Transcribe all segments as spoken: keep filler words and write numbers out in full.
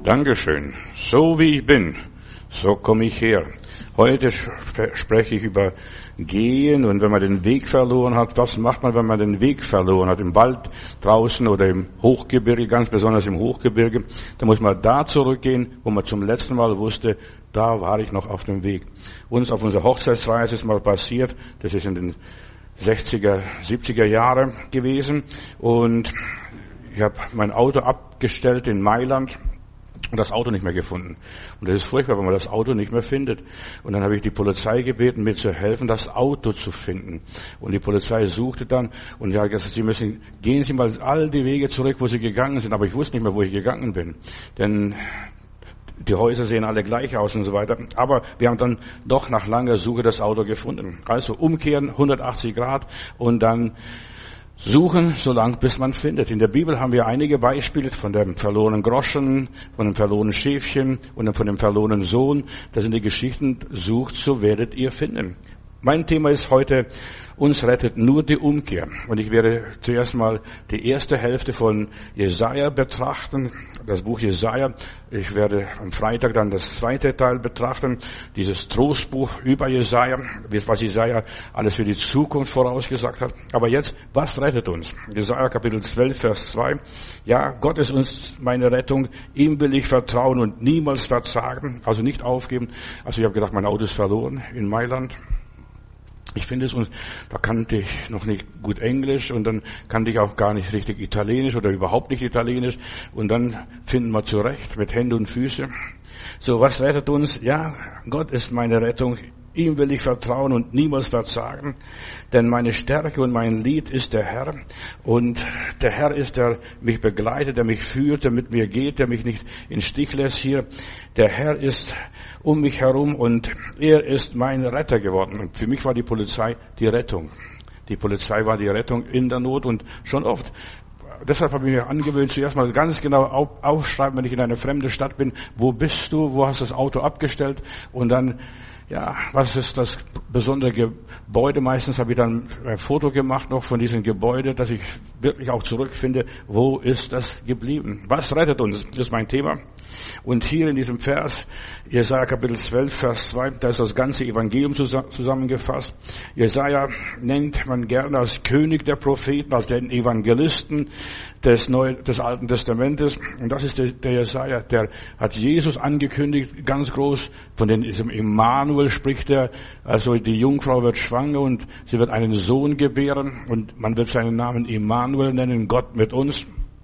Dankeschön. So wie ich bin, so komme ich her. Heute sp- spreche ich über Gehen und wenn man den Weg verloren hat. Was macht man, wenn man den Weg verloren hat? Im Wald draußen oder im Hochgebirge, ganz besonders im Hochgebirge. Da muss man da zurückgehen, wo man zum letzten Mal wusste, da war ich noch auf dem Weg. Uns auf unserer Hochzeitsreise ist mal passiert, das ist in den sechziger, siebziger Jahre gewesen und ich habe mein Auto abgestellt in Mailand und das Auto nicht mehr gefunden. Und das ist furchtbar, wenn man das Auto nicht mehr findet. Und dann habe ich die Polizei gebeten, mir zu helfen, das Auto zu finden. Und die Polizei suchte dann und ja, gesagt, Sie müssen, gehen Sie mal all die Wege zurück, wo Sie gegangen sind. Aber ich wusste nicht mehr, wo ich gegangen bin. Denn die Häuser sehen alle gleich aus und so weiter. Aber wir haben dann doch nach langer Suche das Auto gefunden. Also umkehren, hundertachtzig Grad und dann suchen, so lang bis man findet. In der Bibel haben wir einige Beispiele von dem verlorenen Groschen, von dem verlorenen Schäfchen und von dem verlorenen Sohn. Das sind die Geschichten, sucht, so werdet ihr finden. Mein Thema ist heute, uns rettet nur die Umkehr. Und ich werde zuerst mal die erste Hälfte von Jesaja betrachten, das Buch Jesaja. Ich werde am Freitag dann das zweite Teil betrachten, dieses Trostbuch über Jesaja, was Jesaja alles für die Zukunft vorausgesagt hat. Aber jetzt, was rettet uns? Jesaja Kapitel zwölf, Vers zwei. Ja, Gott ist uns meine Rettung, ihm will ich vertrauen und niemals verzagen, also nicht aufgeben. Also ich habe gedacht, mein Auto ist verloren in Mailand. Ich finde es, und da kannte ich noch nicht gut Englisch und dann kannte ich auch gar nicht richtig Italienisch oder überhaupt nicht Italienisch und dann finden wir zurecht mit Hände und Füße. So, was rettet uns? Ja, Gott ist meine Rettung. Ihm will ich vertrauen und niemals verzagen, denn meine Stärke und mein Lied ist der Herr. Und der Herr ist, der mich begleitet, der mich führt, der mit mir geht, der mich nicht in Stich lässt hier. Der Herr ist um mich herum und er ist mein Retter geworden. Und für mich war die Polizei die Rettung. Die Polizei war die Rettung in der Not und schon oft. Deshalb habe ich mir angewöhnt, zuerst mal ganz genau aufschreiben, wenn ich in eine fremde Stadt bin, wo bist du, wo hast du das Auto abgestellt und dann, ja, was ist das besondere Gebäude? Meistens habe ich dann ein Foto gemacht noch von diesem Gebäude, dass ich wirklich auch zurückfinde, wo ist das geblieben? Was rettet uns? Das ist mein Thema. Und hier in diesem Vers, Jesaja Kapitel zwölf, Vers zwei, da ist das ganze Evangelium zusammengefasst. Jesaja nennt man gerne als König der Propheten, als den Evangelisten des, Neu- des Alten Testamentes. Und das ist der, der Jesaja, der hat Jesus angekündigt, ganz groß, von dem diesem Immanuel spricht er, also die Jungfrau wird schwanger und sie wird einen Sohn gebären und man wird seinen Namen Immanuel nennen, Gott mit uns.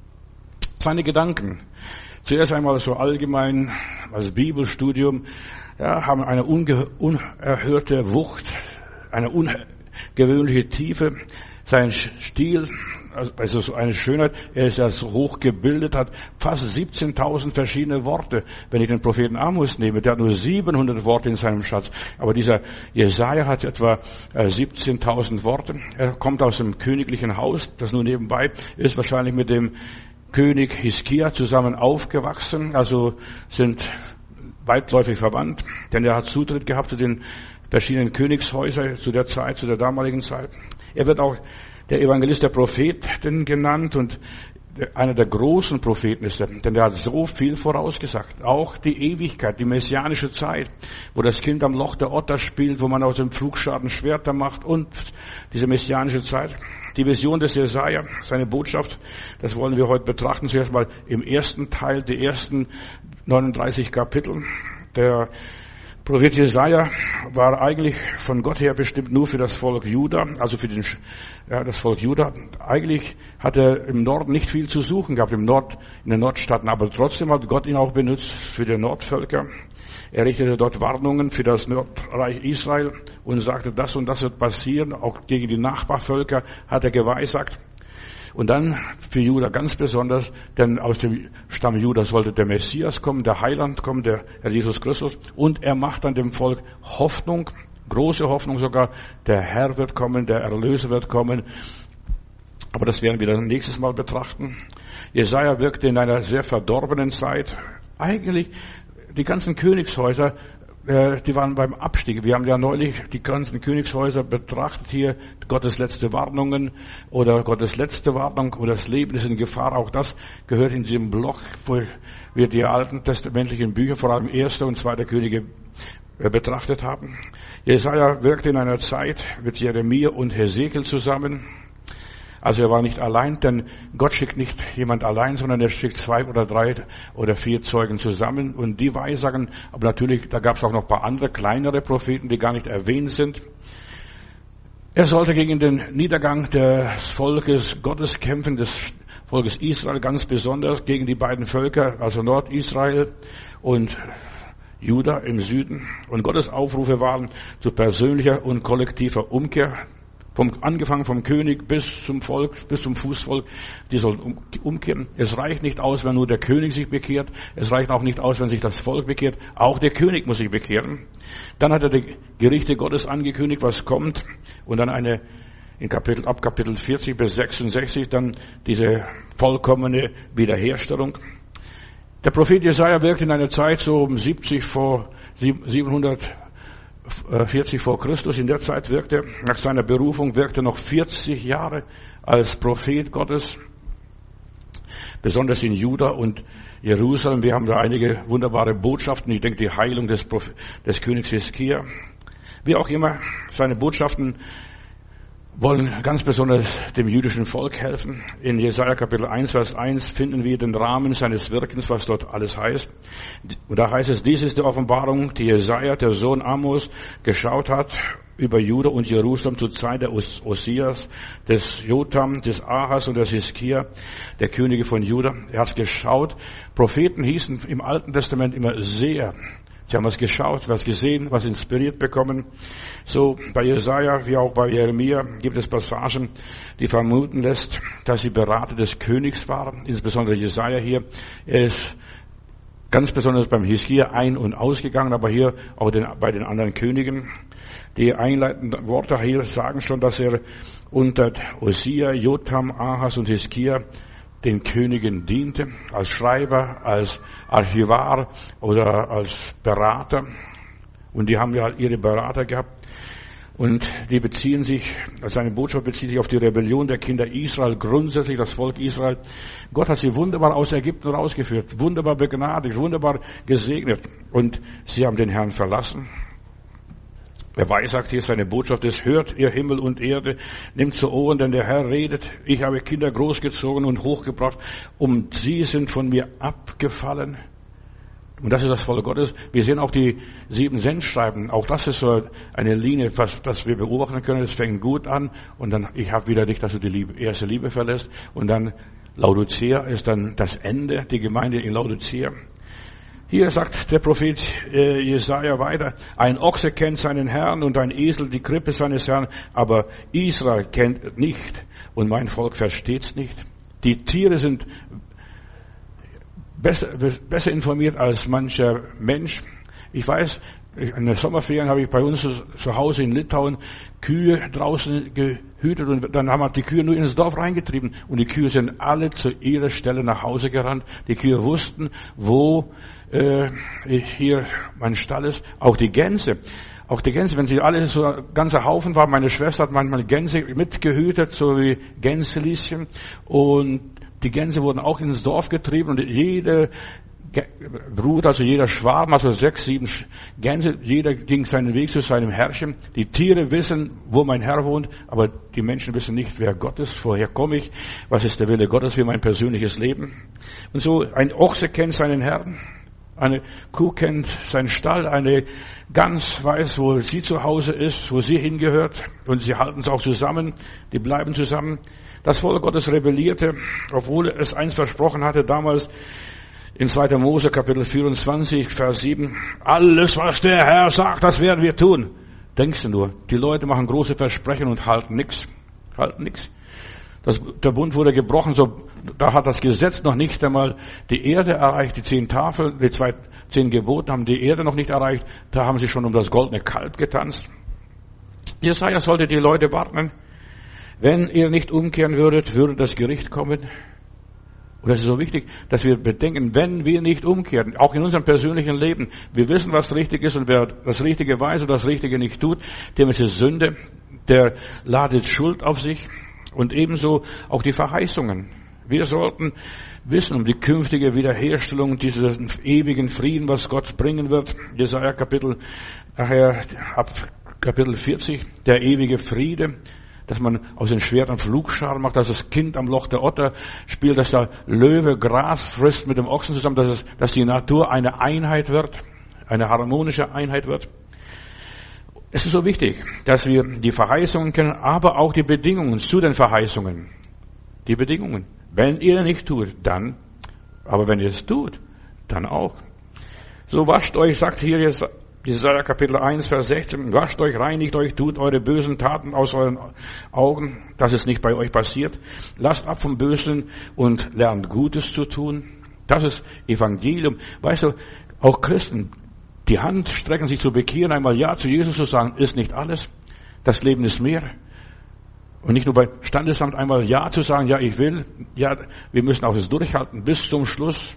Seine Gedanken. Zuerst einmal so allgemein als Bibelstudium, ja, haben eine unge- unerhörte Wucht, eine ungewöhnliche Tiefe. Sein Stil, also so eine Schönheit, er ist ja so hoch gebildet, hat fast siebzehntausend verschiedene Worte. Wenn ich den Propheten Amos nehme, der hat nur siebenhundert Worte in seinem Schatz. Aber dieser Jesaja hat etwa siebzehntausend Worte. Er kommt aus dem königlichen Haus, das nur nebenbei ist, wahrscheinlich mit dem König Hiskia zusammen aufgewachsen, also sind weitläufig verwandt, denn er hat Zutritt gehabt zu den verschiedenen Königshäusern zu der Zeit, zu der damaligen Zeit. Er wird auch der Evangelist der Propheten genannt und einer der großen Propheten ist er, denn er hat so viel vorausgesagt. Auch die Ewigkeit, die messianische Zeit, wo das Kind am Loch der Otter spielt, wo man aus dem Pflugschaden Schwerter macht und diese messianische Zeit. Die Vision des Jesaja, seine Botschaft, das wollen wir heute betrachten. Zuerst mal im ersten Teil, die ersten neununddreißig Kapitel. Der Prophet Jesaja war eigentlich von Gott her bestimmt nur für das Volk Juda, also für den, ja, das Volk Juda. Eigentlich hat er im Norden nicht viel zu suchen gehabt, im Nord, in den Nordstaaten, aber trotzdem hat Gott ihn auch benutzt für die Nordvölker. Er richtete dort Warnungen für das Nordreich Israel und sagte, das und das wird passieren. Auch gegen die Nachbarvölker hat er geweissagt. Und dann für Juda ganz besonders, denn aus dem Stamm Juda sollte der Messias kommen, der Heiland kommen, der Herr Jesus Christus. Und er macht dann dem Volk Hoffnung, große Hoffnung sogar, der Herr wird kommen, der Erlöser wird kommen. Aber das werden wir dann nächstes Mal betrachten. Jesaja wirkte in einer sehr verdorbenen Zeit. Eigentlich die ganzen Königshäuser die waren beim Abstieg. Wir haben ja neulich die ganzen Königshäuser betrachtet hier, Gottes letzte Warnungen oder Gottes letzte Warnung oder das Leben ist in Gefahr. Auch das gehört in diesem Block, wo wir die alten testamentlichen Bücher, vor allem Erster und Zweiter Könige, betrachtet haben. Jesaja wirkte in einer Zeit mit Jeremia und Hesekiel zusammen. Also er war nicht allein, denn Gott schickt nicht jemand allein, sondern er schickt zwei oder drei oder vier Zeugen zusammen und die weissagen. Aber natürlich, da gab es auch noch ein paar andere, kleinere Propheten, die gar nicht erwähnt sind. Er sollte gegen den Niedergang des Volkes Gottes kämpfen, des Volkes Israel ganz besonders, gegen die beiden Völker, also Nordisrael und Juda im Süden. Und Gottes Aufrufe waren zu persönlicher und kollektiver Umkehr. Vom, angefangen vom König bis zum Volk, bis zum Fußvolk, die sollen um, umkehren. Es reicht nicht aus, wenn nur der König sich bekehrt. Es reicht auch nicht aus, wenn sich das Volk bekehrt. Auch der König muss sich bekehren. Dann hat er die Gerichte Gottes angekündigt, was kommt. Und dann eine, in Kapitel, ab Kapitel vierzig bis sechsundsechzig, dann diese vollkommene Wiederherstellung. Der Prophet Jesaja wirkt in einer Zeit so um siebzig vor, siebenhundertvierzig vor Christus. In der Zeit wirkte er, nach seiner Berufung, wirkte noch vierzig Jahre als Prophet Gottes, besonders in Juda und Jerusalem. Wir haben da einige wunderbare Botschaften. Ich denke, die Heilung des, Proph- des Königs Hiskia. Wie auch immer, seine Botschaften wollen ganz besonders dem jüdischen Volk helfen. In Jesaja Kapitel eins, Vers eins finden wir den Rahmen seines Wirkens, was dort alles heißt. Und da heißt es, dies ist die Offenbarung, die Jesaja, der Sohn Amos, geschaut hat über Juda und Jerusalem zur Zeit der Os- Osias, des Jotham, des Ahas und des Hiskia, der Könige von Juda. Er hat es geschaut. Propheten hießen im Alten Testament immer Seher. Sie haben was geschaut, was gesehen, was inspiriert bekommen. So bei Jesaja wie auch bei Jeremia gibt es Passagen, die vermuten lässt, dass sie Berater des Königs waren. Insbesondere Jesaja hier. Er ist ganz besonders beim Hiskia ein- und ausgegangen, aber hier auch den, bei den anderen Königen. Die einleitenden Worte hier sagen schon, dass er unter Osia, Jotham, Ahas und Hiskia den Königen diente, als Schreiber, als Archivar oder als Berater. Und die haben ja ihre Berater gehabt. Und die beziehen sich, seine Botschaft bezieht sich auf die Rebellion der Kinder Israel, grundsätzlich das Volk Israel. Gott hat sie wunderbar aus Ägypten rausgeführt, wunderbar begnadigt, wunderbar gesegnet. Und sie haben den Herrn verlassen. Er weissagt hier, seine Botschaft ist, hört ihr Himmel und Erde, nimmt zu Ohren, denn der Herr redet, ich habe Kinder großgezogen und hochgebracht, und sie sind von mir abgefallen. Und das ist das Volk Gottes. Wir sehen auch die sieben Sendschreiben, auch das ist so eine Linie, was, das wir beobachten können, es fängt gut an, und dann, ich habe wieder dich, dass du die Liebe, erste Liebe verlässt, und dann Laodicea ist dann das Ende, die Gemeinde in Laodicea. Hier sagt der Prophet äh, Jesaja weiter, ein Ochse kennt seinen Herrn und ein Esel die Krippe seines Herrn, aber Israel kennt nicht und mein Volk versteht's nicht. Die Tiere sind besser, besser informiert als mancher Mensch. Ich weiß, in den Sommerferien habe ich bei uns zu Hause in Litauen Kühe draußen gehütet und dann haben wir die Kühe nur ins Dorf reingetrieben und die Kühe sind alle zu ihrer Stelle nach Hause gerannt. Die Kühe wussten, wo äh, hier mein Stall ist. Auch die Gänse. Auch die Gänse, wenn sie alle so ein ganzer Haufen waren, meine Schwester hat manchmal Gänse mitgehütet, so wie Gänselieschen, und die Gänse wurden auch ins Dorf getrieben und jede Brut, also jeder Schwarm, also sechs, sieben Gänse, jeder ging seinen Weg zu seinem Herrchen. Die Tiere wissen, wo mein Herr wohnt, aber die Menschen wissen nicht, wer Gott ist, woher komme ich, was ist der Wille Gottes für mein persönliches Leben. Und so ein Ochse kennt seinen Herrn, eine Kuh kennt seinen Stall, eine Gans weiß, wo sie zu Hause ist, wo sie hingehört, und sie halten es auch zusammen, die bleiben zusammen. Das Volk Gottes rebellierte, obwohl es eins versprochen hatte damals, in zweiter Mose Kapitel vierundzwanzig, Vers sieben, alles, was der Herr sagt, das werden wir tun. Denkst du nur, die Leute machen große Versprechen und halten nichts, halten nichts. Das, der Bund wurde gebrochen, so, da hat das Gesetz noch nicht einmal die Erde erreicht, die zehn Tafeln, die zwei, zehn Gebote haben die Erde noch nicht erreicht, da haben sie schon um das goldene Kalb getanzt. Jesaja sollte die Leute warnen, wenn ihr nicht umkehren würdet, würde das Gericht kommen. Und das ist so wichtig, dass wir bedenken, wenn wir nicht umkehren, auch in unserem persönlichen Leben, wir wissen, was richtig ist und wer das Richtige weiß und das Richtige nicht tut, dem ist es Sünde, der ladet Schuld auf sich und ebenso auch die Verheißungen. Wir sollten wissen um die künftige Wiederherstellung dieses ewigen Frieden, was Gott bringen wird. Jesaja Kapitel, daher ab Kapitel vierzig, der ewige Friede. Dass man aus den Schwertern Pflugscharen macht, dass das Kind am Loch der Otter spielt, dass der Löwe Gras frisst mit dem Ochsen zusammen, dass, es, dass die Natur eine Einheit wird, eine harmonische Einheit wird. Es ist so wichtig, dass wir die Verheißungen kennen, aber auch die Bedingungen zu den Verheißungen. Die Bedingungen. Wenn ihr nicht tut, dann, aber wenn ihr es tut, dann auch. So wascht euch, sagt hier jetzt Jesaja Kapitel eins, Vers sechzehn, wascht euch, reinigt euch, tut eure bösen Taten aus euren Augen, dass es nicht bei euch passiert. Lasst ab vom Bösen und lernt Gutes zu tun. Das ist Evangelium. Weißt du, auch Christen, die Hand strecken, sich zu bekehren, einmal Ja zu Jesus zu sagen, ist nicht alles. Das Leben ist mehr. Und nicht nur bei Standesamt einmal Ja zu sagen, ja, ich will, ja, wir müssen auch es durchhalten bis zum Schluss.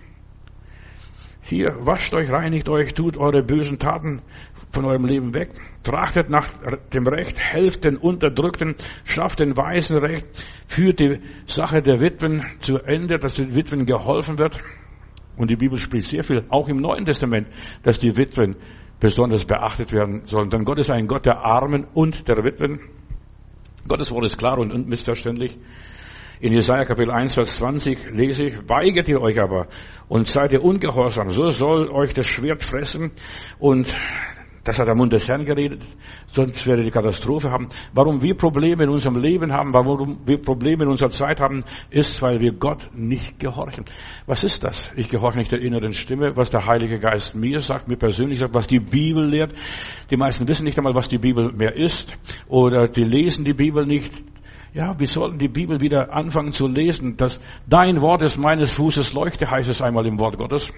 Hier, wascht euch, reinigt euch, tut eure bösen Taten von eurem Leben weg, trachtet nach dem Recht, helft den Unterdrückten, schafft den Weisen Recht, führt die Sache der Witwen zu Ende, dass den Witwen geholfen wird. Und die Bibel spricht sehr viel, auch im Neuen Testament, dass die Witwen besonders beachtet werden sollen. Denn Gott ist ein Gott der Armen und der Witwen. Gottes Wort ist klar und unmissverständlich. In Jesaja Kapitel eins, Vers zwanzig lese ich, weigert ihr euch aber und seid ihr ungehorsam, so soll euch das Schwert fressen. Und das hat der Mund des Herrn geredet, sonst werdet ihr Katastrophe haben. Warum wir Probleme in unserem Leben haben, warum wir Probleme in unserer Zeit haben, ist, weil wir Gott nicht gehorchen. Was ist das? Ich gehorche nicht der inneren Stimme, was der Heilige Geist mir sagt, mir persönlich sagt, was die Bibel lehrt. Die meisten wissen nicht einmal, was die Bibel mehr ist, oder die lesen die Bibel nicht. Ja, wir sollten die Bibel wieder anfangen zu lesen. Das, dein Wort ist meines Fußes Leuchte, heißt es einmal im Wort Gottes.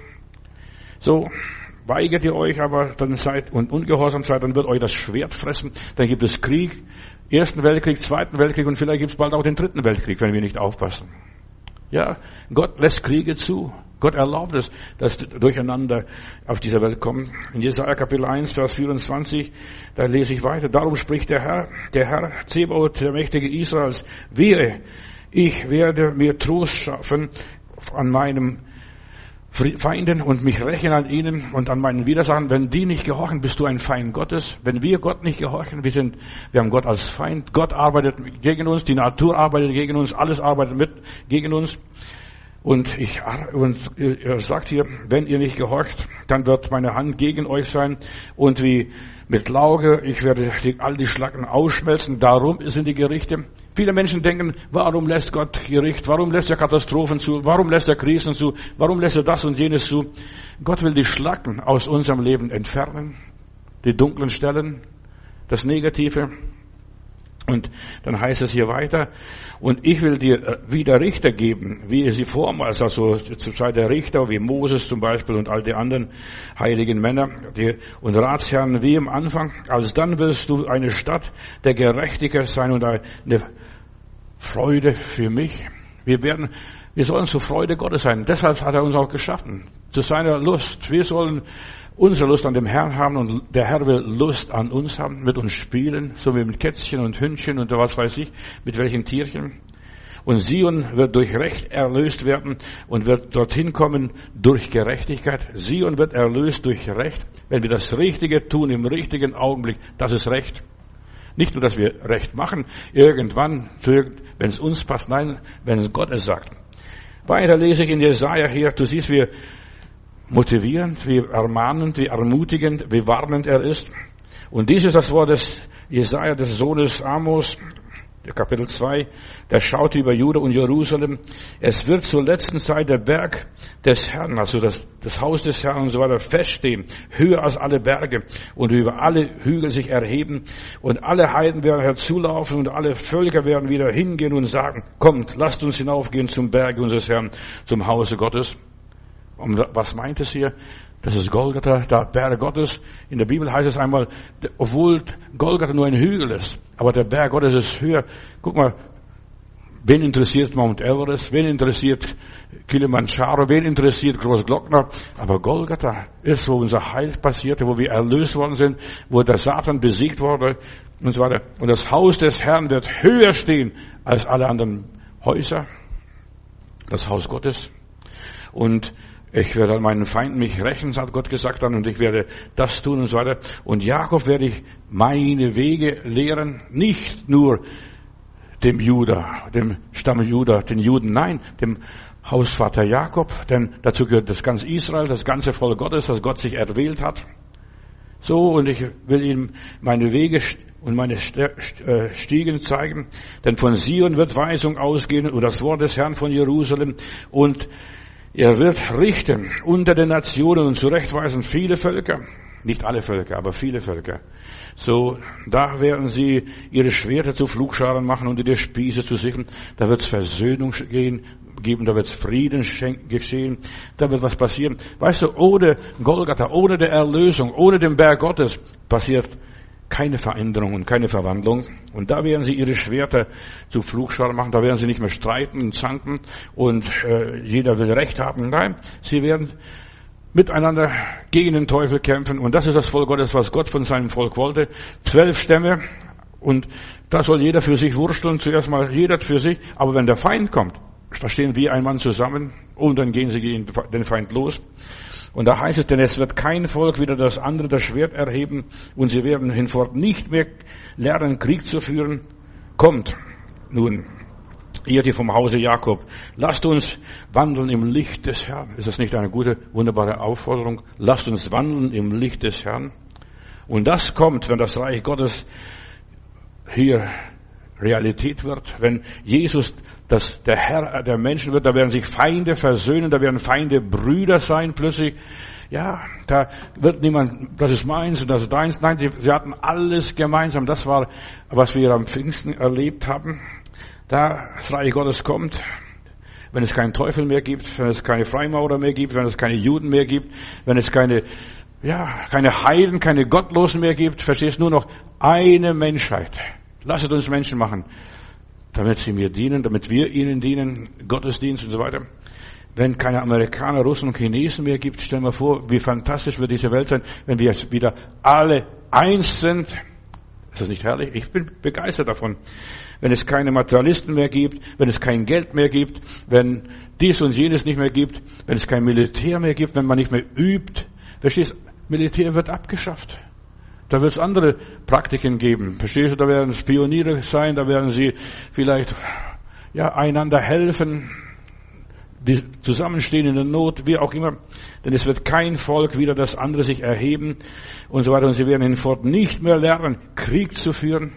So, weigert ihr euch aber dann seid und ungehorsam seid, dann wird euch das Schwert fressen. Dann gibt es Krieg, Ersten Weltkrieg, Zweiten Weltkrieg und vielleicht gibt es bald auch den Dritten Weltkrieg, wenn wir nicht aufpassen. Ja, Gott lässt Kriege zu. Gott erlaubt es, dass Durcheinander auf dieser Welt kommen. In Jesaja Kapitel eins, Vers vierundzwanzig, da lese ich weiter. Darum spricht der Herr, der Herr Zebaoth, der Mächtige Israels, wehe, ich werde mir Trost schaffen an meinem Feinden und mich rächen an ihnen und an meinen Widersachern. Wenn die nicht gehorchen, bist du ein Feind Gottes. Wenn wir Gott nicht gehorchen, wir sind, wir haben Gott als Feind. Gott arbeitet gegen uns, die Natur arbeitet gegen uns, alles arbeitet mit gegen uns. Und ich, und er sagt hier, wenn ihr nicht gehorcht, dann wird meine Hand gegen euch sein und wie mit Lauge, ich werde die, all die Schlacken ausschmelzen, darum sind die Gerichte. Viele Menschen denken, warum lässt Gott Gericht, warum lässt er Katastrophen zu, warum lässt er Krisen zu, warum lässt er das und jenes zu. Gott will die Schlacken aus unserem Leben entfernen, die dunklen Stellen, das Negative. Und dann heißt es hier weiter, und ich will dir wieder Richter geben, wie ihr sie vormals, also zur Zeit der Richter, wie Moses zum Beispiel und all die anderen heiligen Männer die, und Ratsherren wie im Anfang. Alsdann wirst du eine Stadt der Gerechtigkeit sein und eine Freude für mich. Wir werden, wir sollen zur Freude Gottes sein. Deshalb hat er uns auch geschaffen, zu seiner Lust. Wir sollen unsere Lust an dem Herrn haben und der Herr will Lust an uns haben, mit uns spielen, so wie mit Kätzchen und Hündchen und was weiß ich, mit welchen Tierchen. Und Sion wird durch Recht erlöst werden und wird dorthin kommen durch Gerechtigkeit. Sion wird erlöst durch Recht, wenn wir das Richtige tun im richtigen Augenblick. Das ist Recht. Nicht nur, dass wir Recht machen, irgendwann, wenn es uns passt, nein, wenn Gott es sagt. Weiter lese ich in Jesaja hier, du siehst, wie motivierend, wie ermahnend, wie ermutigend, wie warnend er ist. Und dies ist das Wort des Jesaja, des Sohnes Amos, Kapitel zwei, der schaut über Juda und Jerusalem. Es wird zur letzten Zeit der Berg des Herrn, also das, das Haus des Herrn und so weiter, feststehen, höher als alle Berge und über alle Hügel sich erheben und alle Heiden werden herzulaufen und alle Völker werden wieder hingehen und sagen, kommt, lasst uns hinaufgehen zum Berge unseres Herrn, zum Hause Gottes. Und was meint es hier? Das ist Golgatha, der Berg Gottes. In der Bibel heißt es einmal, obwohl Golgatha nur ein Hügel ist, aber der Berg Gottes ist höher. Guck mal, Wen interessiert Mount Everest? Wen interessiert Kilimanjaro? Wen interessiert Großglockner? Aber Golgatha ist, wo unser Heil passierte, wo wir erlöst worden sind, wo der Satan besiegt wurde und so weiter. Und das Haus des Herrn wird höher stehen als alle anderen Häuser. Das Haus Gottes. Und ich werde an meinen Feinden mich rächen, hat Gott gesagt dann, und ich werde das tun und so weiter. Und Jakob werde ich meine Wege lehren, nicht nur dem Juda, dem Stamm Juda, den Juden, nein, dem Hausvater Jakob, denn dazu gehört das ganze Israel, das ganze Volk Gottes, das Gott sich erwählt hat. So, und ich will ihm meine Wege und meine Stiegen zeigen, denn von Zion wird Weisung ausgehen und das Wort des Herrn von Jerusalem, und er wird richten unter den Nationen und zurechtweisen viele Völker. Nicht alle Völker, aber viele Völker. So, da werden sie ihre Schwerter zu Pflugscharen machen und ihre Spieße zu sichern. Da wird es Versöhnung gehen, geben, da wird es Frieden geschehen, da wird was passieren. Weißt du, ohne Golgatha, ohne der Erlösung, ohne den Berg Gottes passiert keine Veränderung und keine Verwandlung. Und da werden sie ihre Schwerter zu Pflugscharen machen, da werden sie nicht mehr streiten und zanken und äh, jeder will Recht haben. Nein, sie werden miteinander gegen den Teufel kämpfen. Und das ist das Volk Gottes, was Gott von seinem Volk wollte. Zwölf Stämme. Und da soll jeder für sich wursteln. Zuerst mal jeder für sich. Aber wenn der Feind kommt, da stehen wie ein Mann zusammen. Und dann gehen sie gegen den Feind los. Und da heißt es, denn es wird kein Volk wieder das andere das Schwert erheben. Und sie werden hinfort nicht mehr lernen, Krieg zu führen. Kommt nun, ihr, die vom Hause Jakob, lasst uns wandeln im Licht des Herrn. Ist das nicht eine gute, wunderbare Aufforderung? Lasst uns wandeln im Licht des Herrn. Und das kommt, wenn das Reich Gottes hier Realität wird. Wenn Jesus das, der Herr der Menschen wird, da werden sich Feinde versöhnen, da werden Feinde Brüder sein plötzlich. Ja, da wird niemand, das ist meins und das ist deins. Nein, sie, sie hatten alles gemeinsam. Das war, was wir am Pfingsten erlebt haben. Da das Reich Gottes kommt, wenn es keinen Teufel mehr gibt, wenn es keine Freimaurer mehr gibt, wenn es keine Juden mehr gibt, wenn es keine, ja, keine Heiden, keine Gottlosen mehr gibt, verstehst du, nur noch eine Menschheit. Lasset uns Menschen machen, damit sie mir dienen, damit wir ihnen dienen, Gottesdienst und so weiter. Wenn keine Amerikaner, Russen und Chinesen mehr gibt, stell dir vor, wie fantastisch wird diese Welt sein, wenn wir wieder alle eins sind. Ist das nicht herrlich? Ich bin begeistert davon. Wenn es keine Materialisten mehr gibt, wenn es kein Geld mehr gibt, wenn dies und jenes nicht mehr gibt, wenn es kein Militär mehr gibt, wenn man nicht mehr übt. Verstehst du? Militär wird abgeschafft. Da wird es andere Praktiken geben. Verstehst du? Da werden es Pioniere sein, da werden sie vielleicht ja einander helfen, die zusammenstehen in der Not, wie auch immer. Denn es wird kein Volk wieder das andere sich erheben und so weiter. Und sie werden hinfort nicht mehr lernen, Krieg zu führen.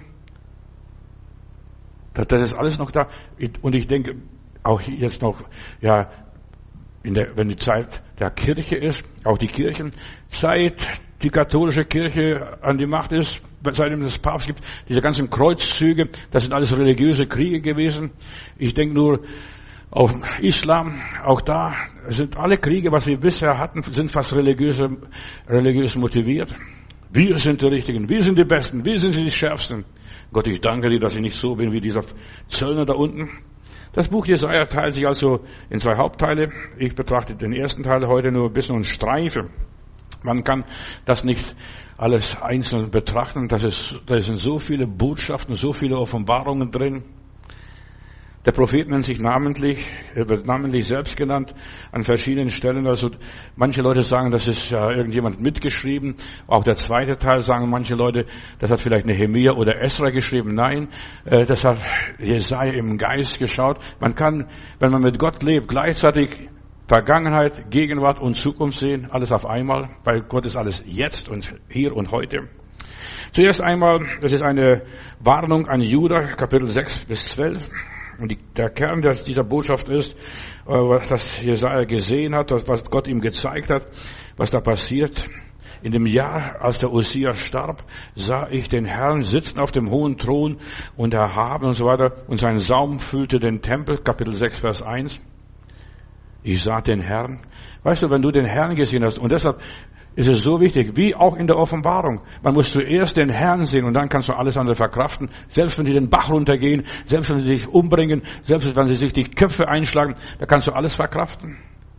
Das ist alles noch da. Und ich denke, auch jetzt noch, ja, in der, wenn die Zeit der Kirche ist, auch die Kirchen, seit die katholische Kirche an die Macht ist, seitdem es Papst gibt, diese ganzen Kreuzzüge, das sind alles religiöse Kriege gewesen. Ich denke nur auf Islam, auch da sind alle Kriege, was wir bisher hatten, sind fast religiöse, religiös motiviert. Wir sind die Richtigen, wir sind die Besten, wir sind die Schärfsten. Gott, ich danke dir, dass ich nicht so bin wie dieser Zöllner da unten. Das Buch Jesaja teilt sich also in zwei Hauptteile. Ich betrachte den ersten Teil heute nur ein bisschen und streife. Man kann das nicht alles einzeln betrachten. Das ist, da sind so viele Botschaften, so viele Offenbarungen drin. Der Prophet nennt sich namentlich, er wird namentlich selbst genannt an verschiedenen Stellen. Also manche Leute sagen, das ist ja irgendjemand mitgeschrieben. Auch der zweite Teil sagen manche Leute, das hat vielleicht Nehemia oder Esra geschrieben. Nein, das hat Jesaja im Geist geschaut. Man kann, wenn man mit Gott lebt, gleichzeitig Vergangenheit, Gegenwart und Zukunft sehen, alles auf einmal. Bei Gott ist alles jetzt und hier und heute. Zuerst einmal, das ist eine Warnung an Juda, Kapitel sechs bis zwölf. Und die, der Kern dieser Botschaft ist, was das Jesaja gesehen hat, was Gott ihm gezeigt hat, was da passiert. In dem Jahr, als der Usia starb, sah ich den Herrn sitzen auf dem hohen Thron und erhaben und so weiter. Und sein Saum füllte den Tempel, Kapitel sechs, Vers eins. Ich sah den Herrn. Weißt du, wenn du den Herrn gesehen hast, und deshalb ist es so wichtig, wie auch in der Offenbarung. Man muss zuerst den Herrn sehen und dann kannst du alles andere verkraften. Selbst wenn die den Bach runtergehen, selbst wenn sie sich umbringen, selbst wenn sie sich die Köpfe einschlagen, da kannst du alles verkraften.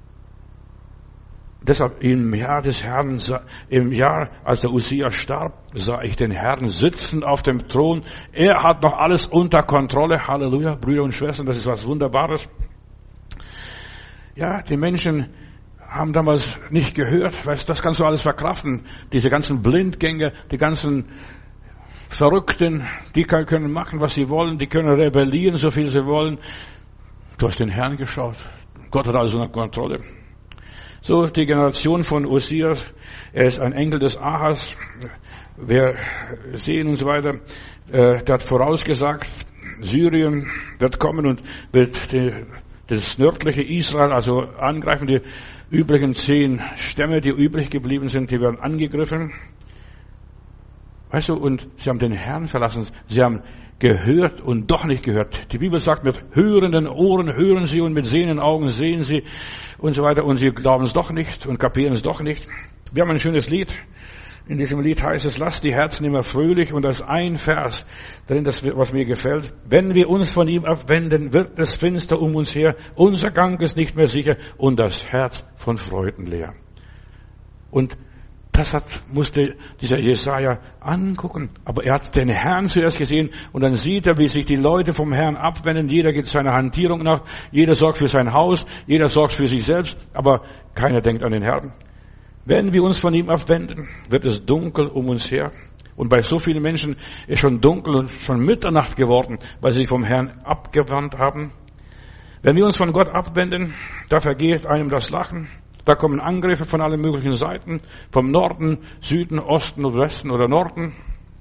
Deshalb im Jahr des Herrn, im Jahr, als der Usia starb, sah ich den Herrn sitzen auf dem Thron. Er hat noch alles unter Kontrolle. Halleluja, Brüder und Schwestern, das ist was Wunderbares. Ja, die Menschen haben damals nicht gehört, weißt, das kannst du alles verkraften. Diese ganzen Blindgänger, die ganzen Verrückten, die können machen, was sie wollen, die können rebellieren, so viel sie wollen. Du hast den Herrn geschaut. Gott hat alles unter Kontrolle. So, die Generation von Usia, er ist ein Enkel des Ahas. Wir sehen und so weiter, äh, der hat vorausgesagt, Syrien wird kommen und wird die, das nördliche Israel also angreifen. Die übrigen zehn Stämme, die übrig geblieben sind, die werden angegriffen. Weißt du, und sie haben den Herrn verlassen. Sie haben gehört und doch nicht gehört. Die Bibel sagt, mit hörenden Ohren hören sie und mit sehenden Augen sehen sie und so weiter. Und sie glauben es doch nicht und kapieren es doch nicht. Wir haben ein schönes Lied. In diesem Lied heißt es, lasst die Herzen immer fröhlich. Und da ist ein Vers drin, das, was mir gefällt. Wenn wir uns von ihm abwenden, wird es finster um uns her. Unser Gang ist nicht mehr sicher und das Herz von Freuden leer. Und das hat, musste dieser Jesaja angucken. Aber er hat den Herrn zuerst gesehen und dann sieht er, wie sich die Leute vom Herrn abwenden. Jeder geht seiner Hantierung nach. Jeder sorgt für sein Haus. Jeder sorgt für sich selbst. Aber keiner denkt an den Herrn. Wenn wir uns von ihm abwenden, wird es dunkel um uns her. Und bei so vielen Menschen ist schon dunkel und schon Mitternacht geworden, weil sie sich vom Herrn abgewandt haben. Wenn wir uns von Gott abwenden, da vergeht einem das Lachen. Da kommen Angriffe von allen möglichen Seiten, vom Norden, Süden, Osten oder Westen oder Norden.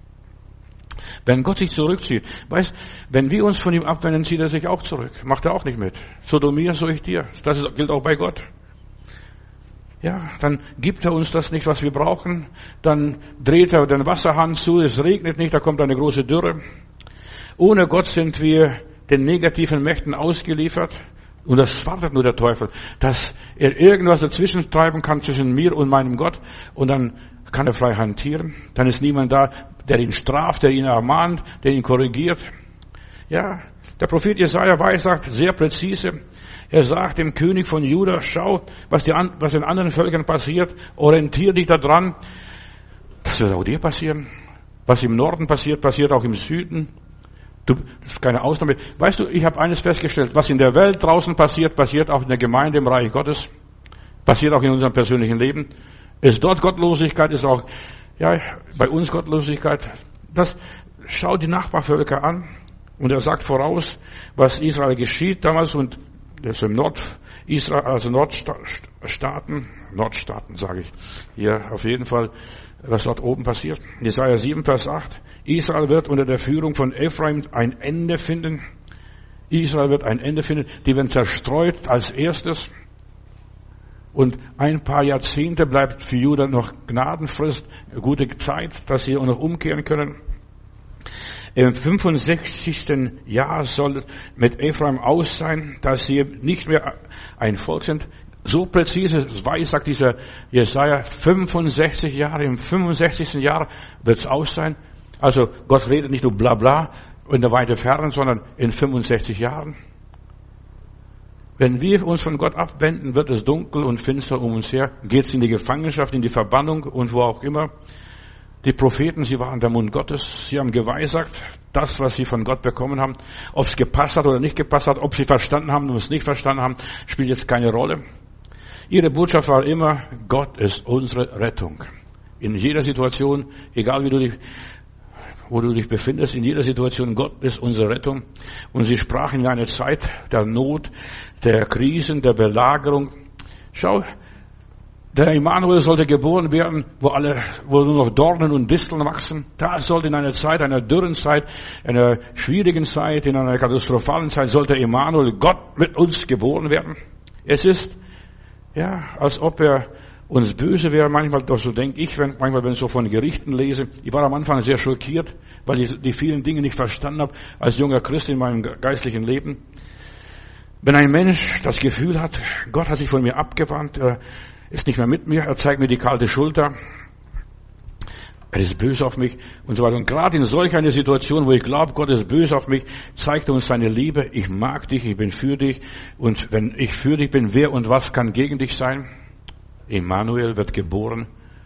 Wenn Gott sich zurückzieht, weißt, wenn wir uns von ihm abwenden, zieht er sich auch zurück. Macht er auch nicht mit. So du mir, so ich dir. Das gilt auch bei Gott. Ja, dann gibt er uns das nicht, was wir brauchen. Dann dreht er den Wasserhahn zu, es regnet nicht, da kommt eine große Dürre. Ohne Gott sind wir den negativen Mächten ausgeliefert. Und das wartet nur der Teufel, dass er irgendwas dazwischen treiben kann zwischen mir und meinem Gott. Und dann kann er frei hantieren. Dann ist niemand da, der ihn straft, der ihn ermahnt, der ihn korrigiert. Ja, der Prophet Jesaja weissagt sehr präzise. Er sagt dem König von Juda, schau, was, die, was in anderen Völkern passiert, orientier dich daran. Das wird auch dir passieren. Was im Norden passiert, passiert auch im Süden. Du, das ist keine Ausnahme. Weißt du, ich habe eines festgestellt, was in der Welt draußen passiert, passiert auch in der Gemeinde im Reich Gottes. Passiert auch in unserem persönlichen Leben. Ist dort Gottlosigkeit, ist auch, ja, bei uns Gottlosigkeit. Das, schau die Nachbarvölker an. Und er sagt voraus, was Israel geschieht damals und das im Nord-Israel, also Nordstaaten, Nordstaaten sage ich hier auf jeden Fall, was dort oben passiert. Jesaja sieben, Vers acht. Israel wird unter der Führung von Ephraim ein Ende finden. Israel wird ein Ende finden. Die werden zerstreut als erstes. Und ein paar Jahrzehnte bleibt für Juda noch Gnadenfrist, gute Zeit, dass sie auch noch umkehren können. Im fünfundsechzigsten Jahr soll mit Ephraim aus sein, dass sie nicht mehr ein Volk sind. So präzise weiß, sagt dieser Jesaja, fünfundsechzig Jahre, im fünfundsechzigsten Jahr wird es aus sein. Also Gott redet nicht nur bla bla in der weite Ferne, sondern in fünfundsechzig Jahren. Wenn wir uns von Gott abwenden, wird es dunkel und finster um uns her, geht es in die Gefangenschaft, in die Verbannung und wo auch immer. Die Propheten, sie waren der Mund Gottes, sie haben geweissagt, das, was sie von Gott bekommen haben. Ob es gepasst hat oder nicht gepasst hat, ob sie verstanden haben oder es nicht verstanden haben, spielt jetzt keine Rolle. Ihre Botschaft war immer, Gott ist unsere Rettung. In jeder Situation, egal wie du dich, wo du dich befindest, in jeder Situation, Gott ist unsere Rettung. Und sie sprachen in einer Zeit der Not, der Krisen, der Belagerung. Schau, der Immanuel sollte geboren werden, wo alle, wo nur noch Dornen und Disteln wachsen. Da sollte in einer Zeit, einer dürren Zeit, einer schwierigen Zeit, in einer katastrophalen Zeit, sollte Immanuel, Gott mit uns geboren werden. Es ist, ja, als ob er uns böse wäre. Manchmal, doch so denke ich, wenn, manchmal, wenn ich so von Gerichten lese. Ich war am Anfang sehr schockiert, weil ich die vielen Dinge nicht verstanden habe, als junger Christ in meinem geistlichen Leben. Wenn ein Mensch das Gefühl hat, Gott hat sich von mir abgewandt, ist nicht mehr mit mir, er zeigt mir die kalte Schulter, er ist böse auf mich und so weiter. Und gerade in solch einer Situation, wo ich glaube, Gott ist böse auf mich, zeigt er uns seine Liebe. Ich mag dich, ich bin für dich. Und wenn ich für dich bin, wer und was kann gegen dich sein? Immanuel wird geboren.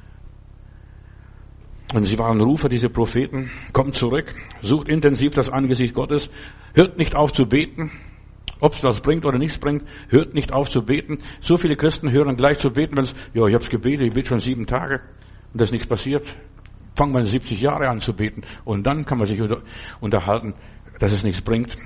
Und sie waren Rufer, diese Propheten. Kommt zurück, sucht intensiv das Angesicht Gottes, hört nicht auf zu beten. Ob es was bringt oder nichts bringt, hört nicht auf zu beten. So viele Christen hören gleich zu beten, wenn es, ja, ich habe es gebetet, ich bete schon sieben Tage und da ist nichts passiert. Fangen wir siebzig Jahre an zu beten und dann kann man sich unterhalten, dass es nichts bringt.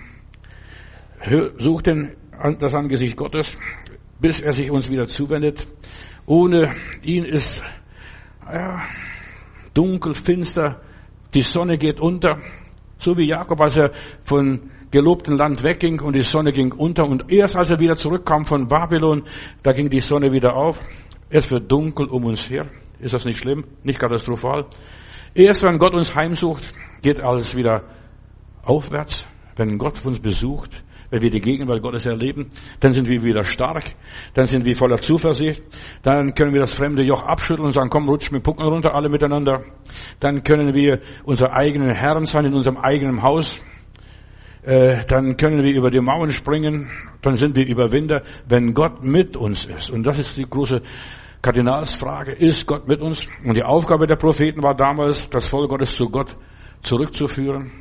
Sucht den, das Angesicht Gottes, bis er sich uns wieder zuwendet. Ohne ihn ist ja, dunkel, finster, die Sonne geht unter. So wie Jakob, als er von gelobten Land wegging und die Sonne ging unter. Und erst als er wieder zurückkam von Babylon, da ging die Sonne wieder auf. Es wird dunkel um uns her. Ist das nicht schlimm? Nicht katastrophal? Erst wenn Gott uns heimsucht, geht alles wieder aufwärts. Wenn Gott uns besucht, wenn wir die Gegenwart Gottes erleben, dann sind wir wieder stark, dann sind wir voller Zuversicht, dann können wir das fremde Joch abschütteln und sagen, komm, rutsch mit Pucken runter, alle miteinander. Dann können wir unsere eigenen Herren sein in unserem eigenen Haus. Äh, dann können wir über die Mauern springen, dann sind wir Überwinder, wenn Gott mit uns ist. Und das ist die große Kardinalsfrage, ist Gott mit uns? Und die Aufgabe der Propheten war damals, das Volk Gottes zu Gott zurückzuführen.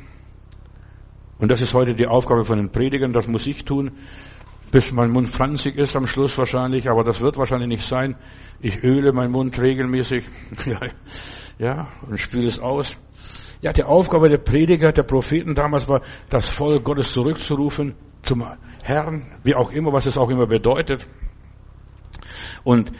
Und das ist heute die Aufgabe von den Predigern, das muss ich tun, bis mein Mund franzig ist am Schluss wahrscheinlich, aber das wird wahrscheinlich nicht sein. Ich öle meinen Mund regelmäßig, ja, ja, und spüle es aus. Ja, die Aufgabe der Prediger, der Propheten damals war, das Volk Gottes zurückzurufen zum Herrn, wie auch immer, was es auch immer bedeutet. Und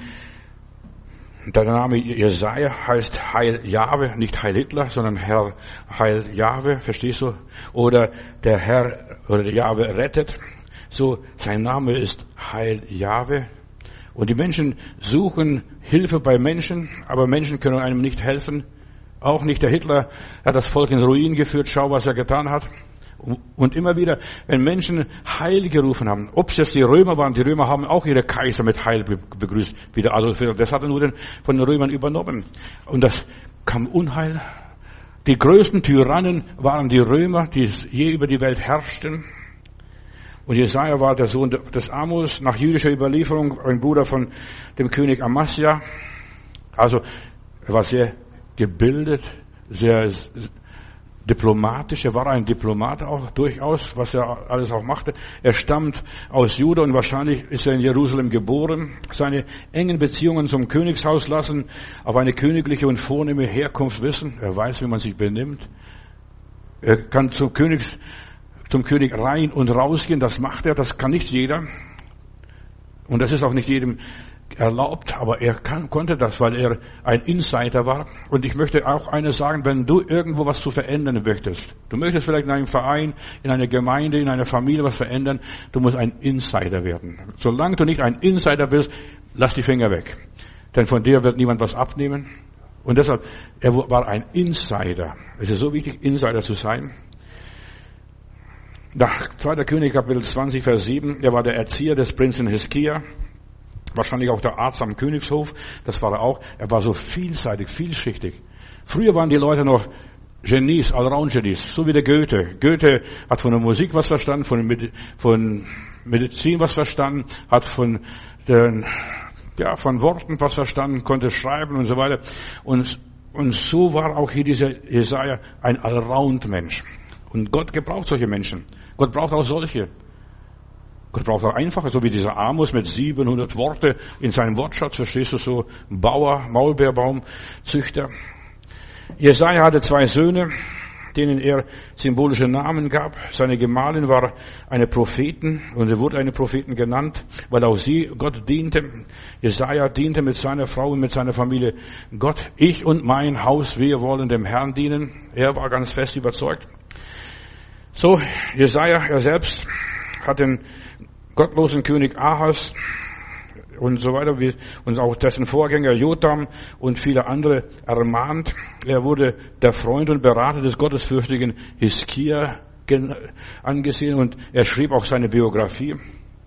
der Name Jesaja heißt Heil Jahwe, nicht Heil Hitler, sondern Herr Heil Jahwe, verstehst du? Oder der Herr oder der Jahwe rettet. So, sein Name ist Heil Jahwe. Und die Menschen suchen Hilfe bei Menschen, aber Menschen können einem nicht helfen. Auch nicht der Hitler hat das Volk in Ruin geführt. Schau, was er getan hat. Und immer wieder, wenn Menschen Heil gerufen haben, ob es jetzt die Römer waren, die Römer haben auch ihre Kaiser mit Heil begrüßt, wie der Adolf Hitler. Das hat er nur den, von den Römern übernommen. Und das kam Unheil. Die größten Tyrannen waren die Römer, die je über die Welt herrschten. Und Jesaja war der Sohn des Amos, nach jüdischer Überlieferung ein Bruder von dem König Amasja. Also er war sehr gebildet, sehr diplomatisch, er war ein Diplomat auch durchaus, was er alles auch machte. Er stammt aus Juda und wahrscheinlich ist er in Jerusalem geboren. Seine engen Beziehungen zum Königshaus lassen auf eine königliche und vornehme Herkunft wissen. Er weiß, wie man sich benimmt. Er kann zum Königs, zum König rein und rausgehen, das macht er, das kann nicht jeder. Und das ist auch nicht jedem erlaubt, aber er kann, konnte das, weil er ein Insider war. Und ich möchte auch eines sagen, wenn du irgendwo was zu verändern möchtest, du möchtest vielleicht in einem Verein, in einer Gemeinde, in einer Familie was verändern, du musst ein Insider werden. Solange du nicht ein Insider bist, lass die Finger weg. Denn von dir wird niemand was abnehmen. Und deshalb, er war ein Insider. Es ist so wichtig, Insider zu sein. Nach zweiter König Kapitel zwanzig, Vers sieben, er war der Erzieher des Prinzen Hiskia. Wahrscheinlich auch der Arzt am Königshof, das war er auch. Er war so vielseitig, vielschichtig. Früher waren die Leute noch Genies, Allround-Genies, so wie der Goethe. Goethe hat von der Musik was verstanden, von, von Medizin was verstanden, hat von den, ja, von Worten was verstanden, konnte schreiben und so weiter. Und, und so war auch hier dieser Jesaja ein Allround-Mensch. Und Gott gebraucht solche Menschen. Gott braucht auch solche. Gott braucht auch einfache, so wie dieser Amos mit siebenhundert Worte in seinem Wortschatz, verstehst du, so Bauer, Maulbeerbaumzüchter. Jesaja hatte zwei Söhne, denen er symbolische Namen gab. Seine Gemahlin war eine Prophetin und er wurde eine Prophetin genannt, weil auch sie Gott diente. Jesaja diente mit seiner Frau und mit seiner Familie Gott. Ich und mein Haus, wir wollen dem Herrn dienen. Er war ganz fest überzeugt. So, Jesaja, er selbst hat den gottlosen König Ahas und so weiter, wie, und auch dessen Vorgänger Jotham und viele andere ermahnt. Er wurde der Freund und Berater des gottesfürchtigen Hiskia angesehen und er schrieb auch seine Biografie.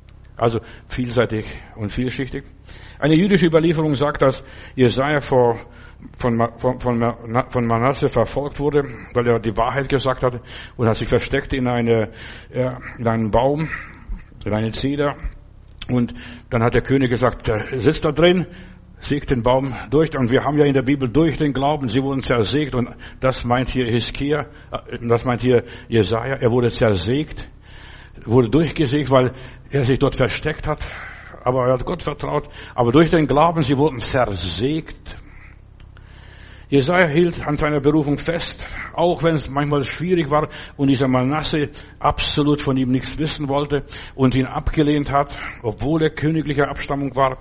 Also vielseitig und vielschichtig. Eine jüdische Überlieferung sagt, dass Jesaja vor, von, von, von, von Manasse verfolgt wurde, weil er die Wahrheit gesagt hatte und hat sich versteckt in, eine, in einen Baum, in eine Zeder. Und dann hat der König gesagt, der sitzt da drin, sägt den Baum durch. Und wir haben ja in der Bibel durch den Glauben, sie wurden zersägt. Und das meint hier Hiskia, das meint hier Jesaja, er wurde zersägt, wurde durchgesägt, weil er sich dort versteckt hat. Aber er hat Gott vertraut. Aber durch den Glauben, sie wurden zersägt. Jesaja hielt an seiner Berufung fest, auch wenn es manchmal schwierig war und dieser Manasse absolut von ihm nichts wissen wollte und ihn abgelehnt hat, obwohl er königlicher Abstammung war.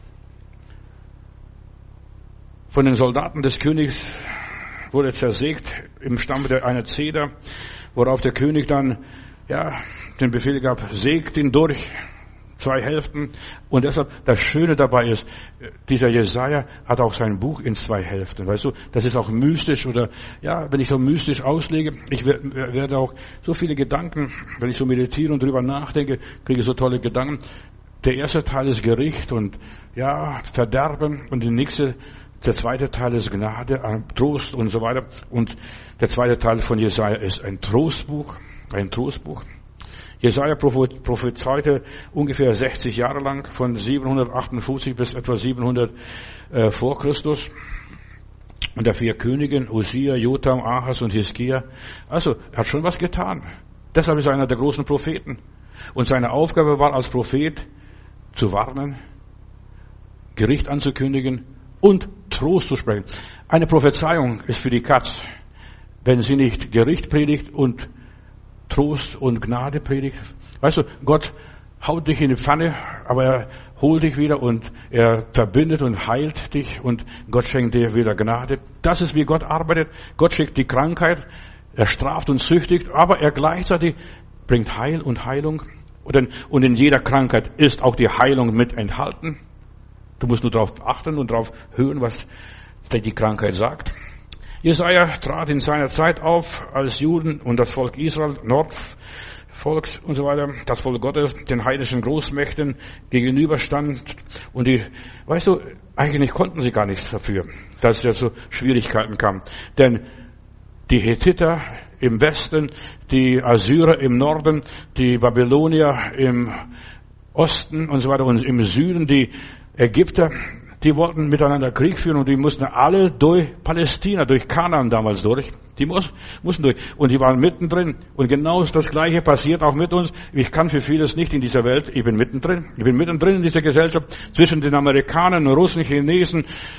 Von den Soldaten des Königs wurde er zersägt im Stamm einer Zeder, worauf der König dann ja den Befehl gab, sägt ihn durch. Zwei Hälften. Und deshalb, das Schöne dabei ist, dieser Jesaja hat auch sein Buch in zwei Hälften. Weißt du, das ist auch mystisch oder, ja, wenn ich so mystisch auslege, ich werde auch so viele Gedanken, wenn ich so meditiere und drüber nachdenke, kriege ich so tolle Gedanken. Der erste Teil ist Gericht und, ja, Verderben und der nächste, der zweite Teil ist Gnade, Trost und so weiter. Und der zweite Teil von Jesaja ist ein Trostbuch, ein Trostbuch. Jesaja prophezeite ungefähr sechzig Jahre lang, von siebenhundertachtundfünfzig bis etwa siebenhundert äh, vor Christus. Und der vier Königen, Usia, Jotham, Ahas und Hiskia. Also, er hat schon was getan. Deshalb ist er einer der großen Propheten. Und seine Aufgabe war als Prophet zu warnen, Gericht anzukündigen und Trost zu sprechen. Eine Prophezeiung ist für die Katz, wenn sie nicht Gericht predigt und Trost und Gnade predigt. Weißt du, Gott haut dich in die Pfanne, aber er holt dich wieder und er verbindet und heilt dich und Gott schenkt dir wieder Gnade. Das ist, wie Gott arbeitet. Gott schickt die Krankheit, er straft und züchtigt, aber er gleichzeitig bringt Heil und Heilung. Und in jeder Krankheit ist auch die Heilung mit enthalten. Du musst nur darauf achten und darauf hören, was die Krankheit sagt. Jesaja trat in seiner Zeit auf, als Juden und das Volk Israel, Nordvolk und so weiter, das Volk Gottes, den heidnischen Großmächten gegenüberstand. Und die, weißt du, eigentlich konnten sie gar nichts dafür, dass es ja zu Schwierigkeiten kam. Denn die Hethiter im Westen, die Assyrer im Norden, die Babylonier im Osten und so weiter und im Süden, die Ägypter, die wollten miteinander Krieg führen und die mussten alle durch Palästina, durch Kanaan damals durch. Die muss, mussten durch. Und die waren mittendrin. Und genau das Gleiche passiert auch mit uns. Ich kann für vieles nicht in dieser Welt. Ich bin mittendrin. Ich bin mittendrin in dieser Gesellschaft zwischen den Amerikanern, Russen, Chinesen,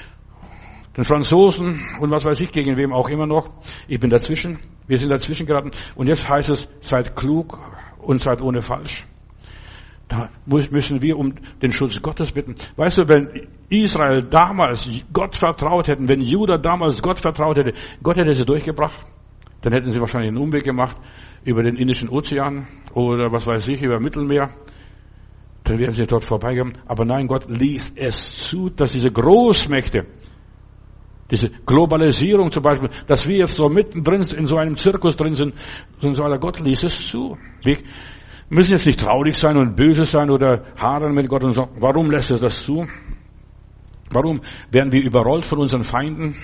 den Franzosen und was weiß ich, gegen wem auch immer noch. Ich bin dazwischen. Wir sind dazwischen geraten. Und jetzt heißt es, seid klug und seid ohne Falsch. Da müssen wir um den Schutz Gottes bitten. Weißt du, wenn Israel damals Gott vertraut hätten, wenn Juda damals Gott vertraut hätte, Gott hätte sie durchgebracht, dann hätten sie wahrscheinlich einen Umweg gemacht über den Indischen Ozean oder was weiß ich, über Mittelmeer. Dann wären sie dort vorbeigegangen. Aber nein, Gott ließ es zu, dass diese Großmächte, diese Globalisierung zum Beispiel, dass wir jetzt so mittendrin in so einem Zirkus drin sind, und so weiter, Gott ließ es zu. Wir müssen jetzt nicht traurig sein und böse sein oder hadern mit Gott und sagen, warum lässt er das zu? Warum werden wir überrollt von unseren Feinden?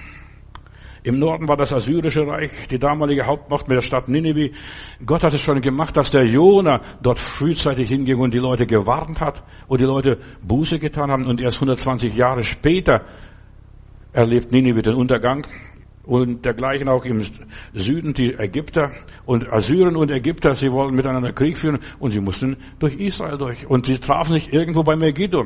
Im Norden war das Assyrische Reich, die damalige Hauptmacht mit der Stadt Ninive. Gott hat es schon gemacht, dass der Jona dort frühzeitig hinging und die Leute gewarnt hat und die Leute Buße getan haben. Und erst hundertzwanzig Jahre später erlebt Ninive den Untergang. Und dergleichen auch im Süden die Ägypter und Assyren und Ägypter, sie wollten miteinander Krieg führen und sie mussten durch Israel durch. Und sie trafen sich irgendwo bei Megiddo.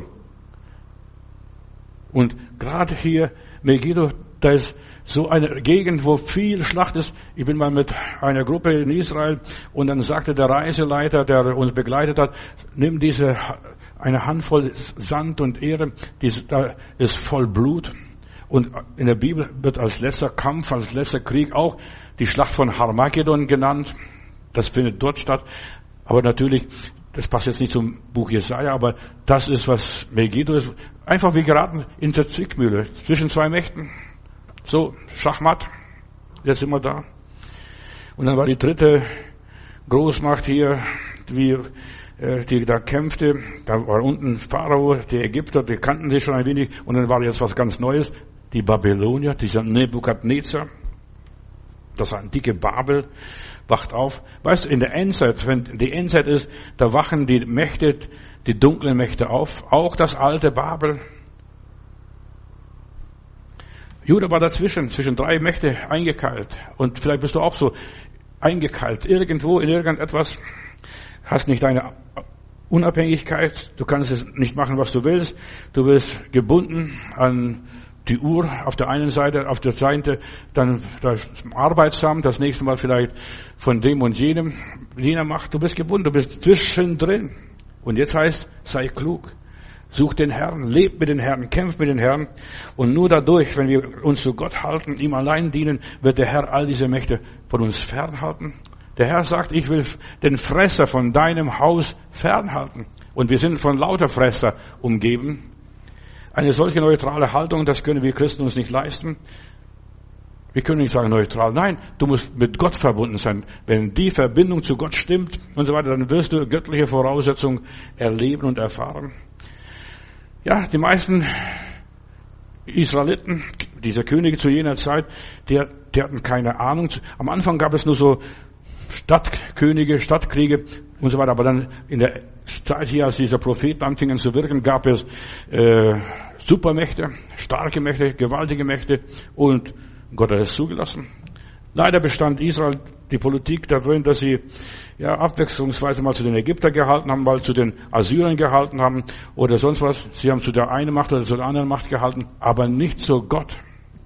Und gerade hier, Megiddo, da ist so eine Gegend, wo viel Schlacht ist. Ich bin mal mit einer Gruppe in Israel und dann sagte der Reiseleiter, der uns begleitet hat, nimm diese, eine Handvoll Sand und Erde, die, da ist voll Blut. Und in der Bibel wird als letzter Kampf, als letzter Krieg auch die Schlacht von Harmagedon genannt. Das findet dort statt. Aber natürlich, das passt jetzt nicht zum Buch Jesaja, aber das ist, was Megiddo ist. Einfach, wir geraten in der Zwickmühle zwischen zwei Mächten. So, Schachmatt, jetzt sind wir da. Und dann war die dritte Großmacht hier, wie die da kämpfte. Da war unten Pharao, die Ägypter, die kannten sie schon ein wenig. Und dann war jetzt was ganz Neues. Die Babylonier, dieser Nebukadnezar. Das antike Babel wacht auf. Weißt du, in der Endzeit, wenn die Endzeit ist, da wachen die Mächte, die dunklen Mächte auf. Auch das alte Babel. Juda war dazwischen, zwischen drei Mächte eingekeilt. Und vielleicht bist du auch so eingekeilt. Irgendwo in irgendetwas. Hast nicht deine Unabhängigkeit. Du kannst es nicht machen, was du willst. Du wirst gebunden an die Uhr auf der einen Seite, auf der Seite dann das Arbeitsamt, das nächste Mal vielleicht von dem und jenem, jener macht. Du bist gebunden, du bist zwischendrin. Und jetzt heißt, sei klug. Such den Herrn, leb mit den Herrn, kämpf mit den Herrn. Und nur dadurch, wenn wir uns zu Gott halten, ihm allein dienen, wird der Herr all diese Mächte von uns fernhalten. Der Herr sagt, ich will den Fresser von deinem Haus fernhalten. Und wir sind von lauter Fresser umgeben. Eine solche neutrale Haltung, das können wir Christen uns nicht leisten. Wir können nicht sagen neutral. Nein, du musst mit Gott verbunden sein. Wenn die Verbindung zu Gott stimmt und so weiter, dann wirst du göttliche Voraussetzungen erleben und erfahren. Ja, die meisten Israeliten, diese Könige zu jener Zeit, die, die hatten keine Ahnung. Am Anfang gab es nur so Stadtkönige, Stadtkriege und so weiter. Aber dann in der Zeit hier, als diese Propheten anfingen zu wirken, gab es äh, Supermächte, starke Mächte, gewaltige Mächte und Gott hat es zugelassen. Leider bestand Israel die Politik darin, dass sie ja abwechslungsweise mal zu den Ägyptern gehalten haben, mal zu den Assyrern gehalten haben oder sonst was. Sie haben zu der einen Macht oder zu der anderen Macht gehalten, aber nicht zu Gott.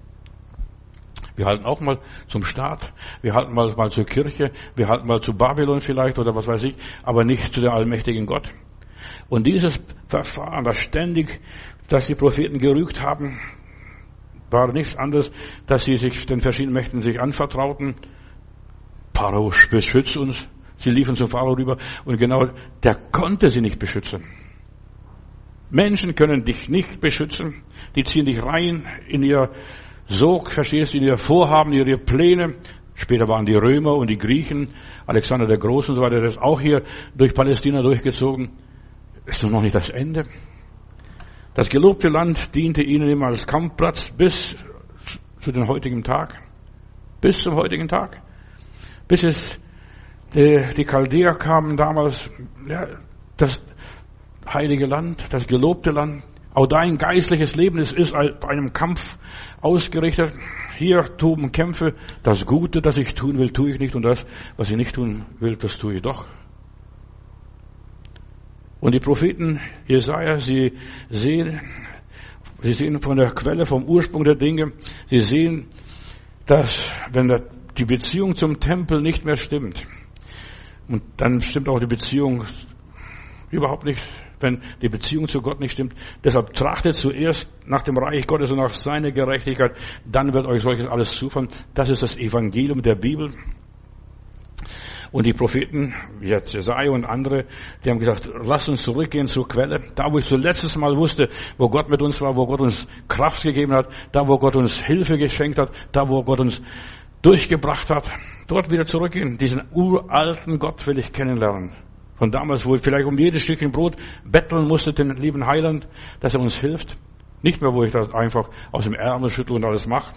Wir halten auch mal zum Staat, wir halten mal, mal zur Kirche, wir halten mal zu Babylon vielleicht oder was weiß ich, aber nicht zu dem allmächtigen Gott. Und dieses Verfahren, das ständig, dass die Propheten gerügt haben, war nichts anderes, dass sie sich den verschiedenen Mächten sich anvertrauten. Pharao beschützt uns. Sie liefen zum Pharao rüber und genau der konnte sie nicht beschützen. Menschen können dich nicht beschützen. Die ziehen dich rein in ihr Sog, verstehst du, in ihr Vorhaben, in ihre Pläne. Später waren die Römer und die Griechen, Alexander der Große und so weiter, das ist auch hier durch Palästina durchgezogen. Ist doch noch nicht das Ende. Das gelobte Land diente ihnen immer als Kampfplatz bis zu dem heutigen Tag. Bis zum heutigen Tag. Bis es die, die Chaldäer kamen damals, ja, das heilige Land, das gelobte Land. Auch dein geistliches Leben ist, ist bei einem Kampf ausgerichtet. Hier toben Kämpfe. Das Gute, das ich tun will, tue ich nicht. Und das, was ich nicht tun will, das tue ich doch. Und die Propheten Jesaja, sie sehen, sie sehen von der Quelle, vom Ursprung der Dinge. Sie sehen, dass, wenn der, die Beziehung zum Tempel nicht mehr stimmt, und dann stimmt auch die Beziehung überhaupt nicht, wenn die Beziehung zu Gott nicht stimmt. Deshalb trachtet zuerst nach dem Reich Gottes und nach seiner Gerechtigkeit, dann wird euch solches alles zufallen. Das ist das Evangelium der Bibel. Und die Propheten, wie jetzt Jesaja und andere, die haben gesagt, lass uns zurückgehen zur Quelle. Da, wo ich zuletzt Mal wusste, wo Gott mit uns war, wo Gott uns Kraft gegeben hat, da, wo Gott uns Hilfe geschenkt hat, da, wo Gott uns durchgebracht hat, dort wieder zurückgehen. Diesen uralten Gott will ich kennenlernen. Von damals, wo ich vielleicht um jedes Stückchen Brot betteln musste, den lieben Heiland, dass er uns hilft. Nicht mehr, wo ich das einfach aus dem Ärmel schüttle und alles mache.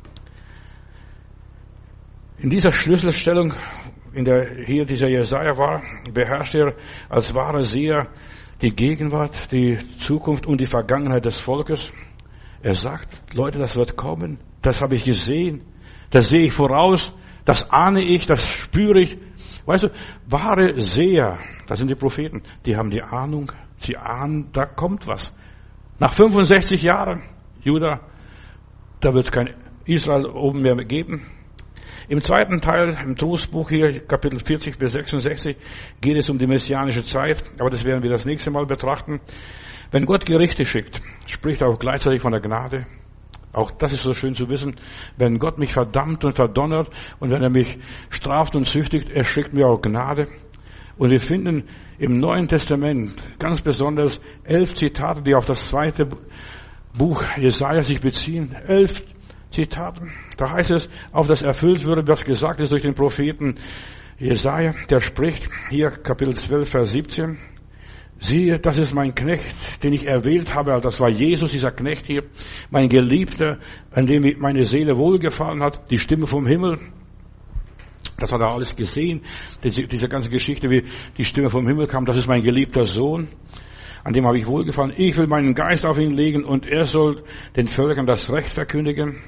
In dieser Schlüsselstellung, in der hier dieser Jesaja war, beherrscht er als wahrer Seher die Gegenwart, die Zukunft und die Vergangenheit des Volkes. Er sagt, Leute, das wird kommen. Das habe ich gesehen. Das sehe ich voraus. Das ahne ich. Das spüre ich. Weißt du, wahre Seher, das sind die Propheten, die haben die Ahnung. Sie ahnen, da kommt was. Nach fünfundsechzig Jahren, Juda, da wird es kein Israel oben mehr geben. Im zweiten Teil, im Trostbuch hier, Kapitel vierzig bis sechsundsechzig, geht es um die messianische Zeit, aber das werden wir das nächste Mal betrachten. Wenn Gott Gerichte schickt, spricht er auch gleichzeitig von der Gnade. Auch das ist so schön zu wissen. Wenn Gott mich verdammt und verdonnert und wenn er mich straft und züchtigt, er schickt mir auch Gnade. Und wir finden im Neuen Testament ganz besonders elf Zitate, die auf das zweite Buch Jesaja sich beziehen. Elf Zitate. Da heißt es, auf das erfüllt würde, was gesagt ist durch den Propheten Jesaja, der spricht, hier Kapitel zwölf, Vers siebzehn, siehe, das ist mein Knecht, den ich erwählt habe, das war Jesus, dieser Knecht hier, mein Geliebter, an dem meine Seele wohlgefallen hat, die Stimme vom Himmel. Das hat er alles gesehen, diese, diese ganze Geschichte, wie die Stimme vom Himmel kam, das ist mein geliebter Sohn, an dem habe ich wohlgefallen. Ich will meinen Geist auf ihn legen und er soll den Völkern das Recht verkündigen.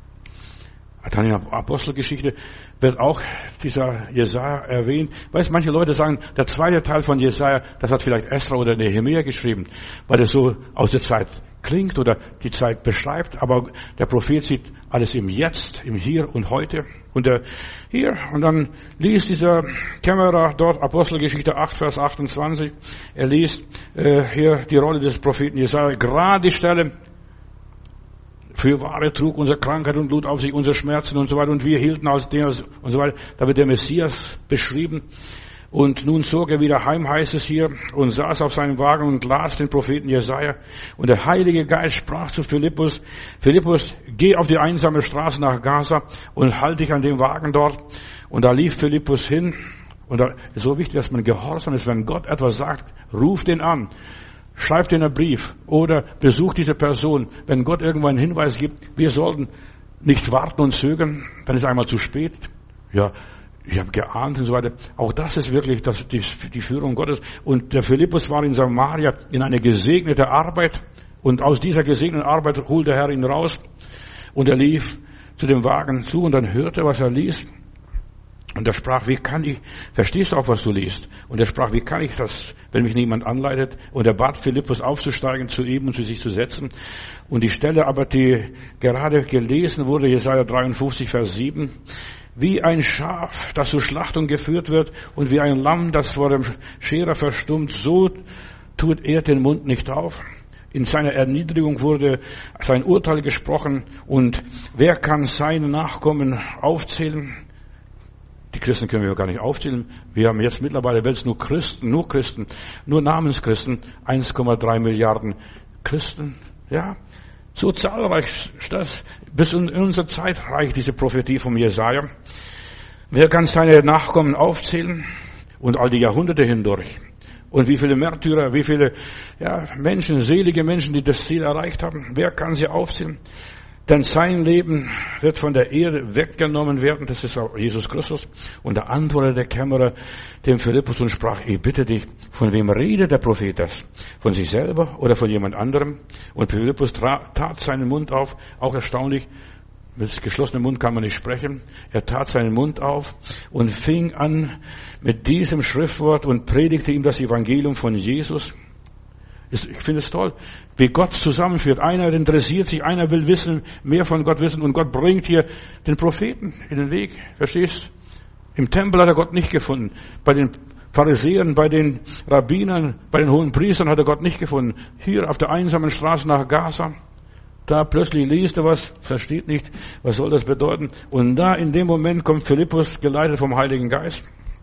Dann in der Apostelgeschichte wird auch dieser Jesaja erwähnt. Weißt, manche Leute sagen, der zweite Teil von Jesaja, das hat vielleicht Esra oder Nehemia geschrieben, weil es so aus der Zeit klingt oder die Zeit beschreibt. Aber der Prophet sieht alles im Jetzt, im Hier und Heute. Und der hier, und dann liest dieser Kämmerer dort Apostelgeschichte acht, Vers achtundzwanzig. Er liest äh, hier die Rolle des Propheten Jesaja, gerade die Stelle, für Ware trug unsere Krankheit und Blut auf sich, unsere Schmerzen und so weiter. Und wir hielten als den und so weiter. Da wird der Messias beschrieben. Und nun zog er wieder heim, heißt es hier, und saß auf seinem Wagen und las den Propheten Jesaja. Und der Heilige Geist sprach zu Philippus, Philippus, geh auf die einsame Straße nach Gaza und halt dich an dem Wagen dort. Und da lief Philippus hin. Und da ist so wichtig, dass man gehorsam ist. Wenn Gott etwas sagt, ruft den an. Schreibt in einen Brief oder besucht diese Person. Wenn Gott irgendwann einen Hinweis gibt, wir sollten nicht warten und zögern, dann ist einmal zu spät. Ja, ich habe geahnt und so weiter. Auch das ist wirklich das, die, die Führung Gottes. Und der Philippus war in Samaria in eine gesegnete Arbeit. Und aus dieser gesegneten Arbeit holte der Herr ihn raus. Und er lief zu dem Wagen zu und dann hörte, was er liest. Und er sprach, wie kann ich, verstehst du auch, was du liest? Und er sprach, wie kann ich das, wenn mich niemand anleitet? Und er bat Philippus aufzusteigen zu ihm und zu sich zu setzen. Und die Stelle aber, die gerade gelesen wurde, Jesaja dreiundfünfzig, Vers sieben, wie ein Schaf, das zur Schlachtung geführt wird und wie ein Lamm, das vor dem Scherer verstummt, so tut er den Mund nicht auf. In seiner Erniedrigung wurde sein Urteil gesprochen und wer kann seine Nachkommen aufzählen? Die Christen können wir gar nicht aufzählen. Wir haben jetzt mittlerweile weltweit nur Christen, nur Christen, nur Namenschristen, eins Komma drei Milliarden Christen. Ja, so zahlreich ist das. Bis in unsere Zeit reicht diese Prophetie vom Jesaja. Wer kann seine Nachkommen aufzählen? Und all die Jahrhunderte hindurch. Und wie viele Märtyrer, wie viele ja, Menschen, selige Menschen, die das Ziel erreicht haben. Wer kann sie aufzählen? Denn sein Leben wird von der Erde weggenommen werden. Das ist auch Jesus Christus. Und da antwortete der Kämmerer dem Philippus und sprach, ich bitte dich, von wem redet der Prophet das? Von sich selber oder von jemand anderem? Und Philippus tat seinen Mund auf, auch erstaunlich. Mit geschlossenem Mund kann man nicht sprechen. Er tat seinen Mund auf und fing an mit diesem Schriftwort und predigte ihm das Evangelium von Jesus. Ich finde es toll, wie Gott zusammenführt. Einer interessiert sich, einer will wissen, mehr von Gott wissen und Gott bringt hier den Propheten in den Weg. Verstehst? Im Tempel hat er Gott nicht gefunden. Bei den Pharisäern, bei den Rabbinern, bei den hohen Priestern hat er Gott nicht gefunden. Hier auf der einsamen Straße nach Gaza, da plötzlich liest er was, versteht nicht, was soll das bedeuten. Und da in dem Moment kommt Philippus, geleitet vom Heiligen Geist.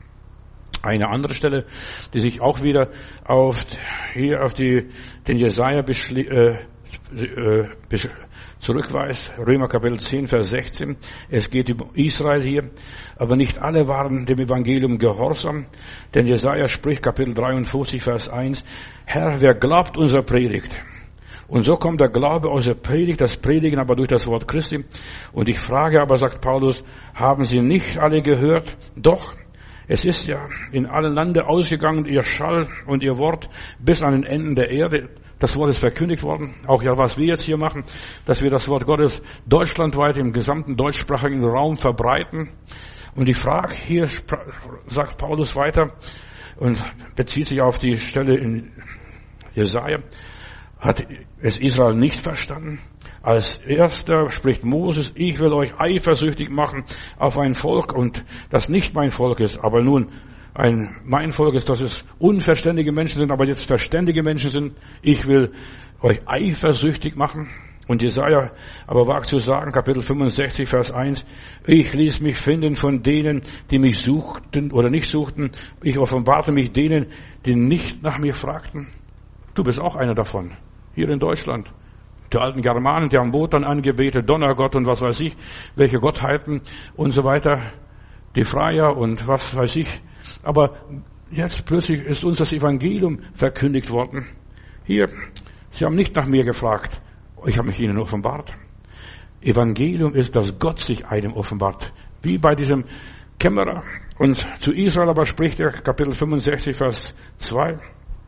Eine andere Stelle, die sich auch wieder auf, hier auf die, den Jesaja beschli, äh, äh, besch, zurückweist. Römer Kapitel zehn, Vers sechzehn. Es geht um Israel hier. Aber nicht alle waren dem Evangelium gehorsam. Denn Jesaja spricht Kapitel dreiundfünfzig, Vers eins. Herr, wer glaubt unserer Predigt? Und so kommt der Glaube aus der Predigt, das Predigen aber durch das Wort Christi. Und ich frage aber, sagt Paulus, haben sie nicht alle gehört? Doch. Es ist ja in allen Lande ausgegangen, ihr Schall und ihr Wort bis an den Enden der Erde. Das Wort ist verkündigt worden. Auch ja, was wir jetzt hier machen, dass wir das Wort Gottes deutschlandweit im gesamten deutschsprachigen Raum verbreiten. Und die Frage hier, sagt Paulus weiter und bezieht sich auf die Stelle in Jesaja, hat es Israel nicht verstanden? Als erster spricht Moses, ich will euch eifersüchtig machen auf ein Volk und das nicht mein Volk ist, aber nun ein mein Volk ist, dass es unverständige Menschen sind, aber jetzt verständige Menschen sind. Ich will euch eifersüchtig machen. Und Jesaja aber wagt zu sagen, Kapitel fünfundsechzig, Vers eins, ich ließ mich finden von denen, die mich suchten oder nicht suchten. Ich offenbarte mich denen, die nicht nach mir fragten. Du bist auch einer davon, hier in Deutschland. Die alten Germanen, die haben Wotan angebetet, Donnergott und was weiß ich, welche Gottheiten und so weiter. die Freier und was weiß ich. Aber jetzt plötzlich ist uns das Evangelium verkündigt worden. Hier, sie haben nicht nach mir gefragt. Ich habe mich ihnen offenbart. Evangelium ist, dass Gott sich einem offenbart. Wie bei diesem Kämmerer. Und zu Israel aber spricht er, Kapitel fünfundsechzig, Vers zwei.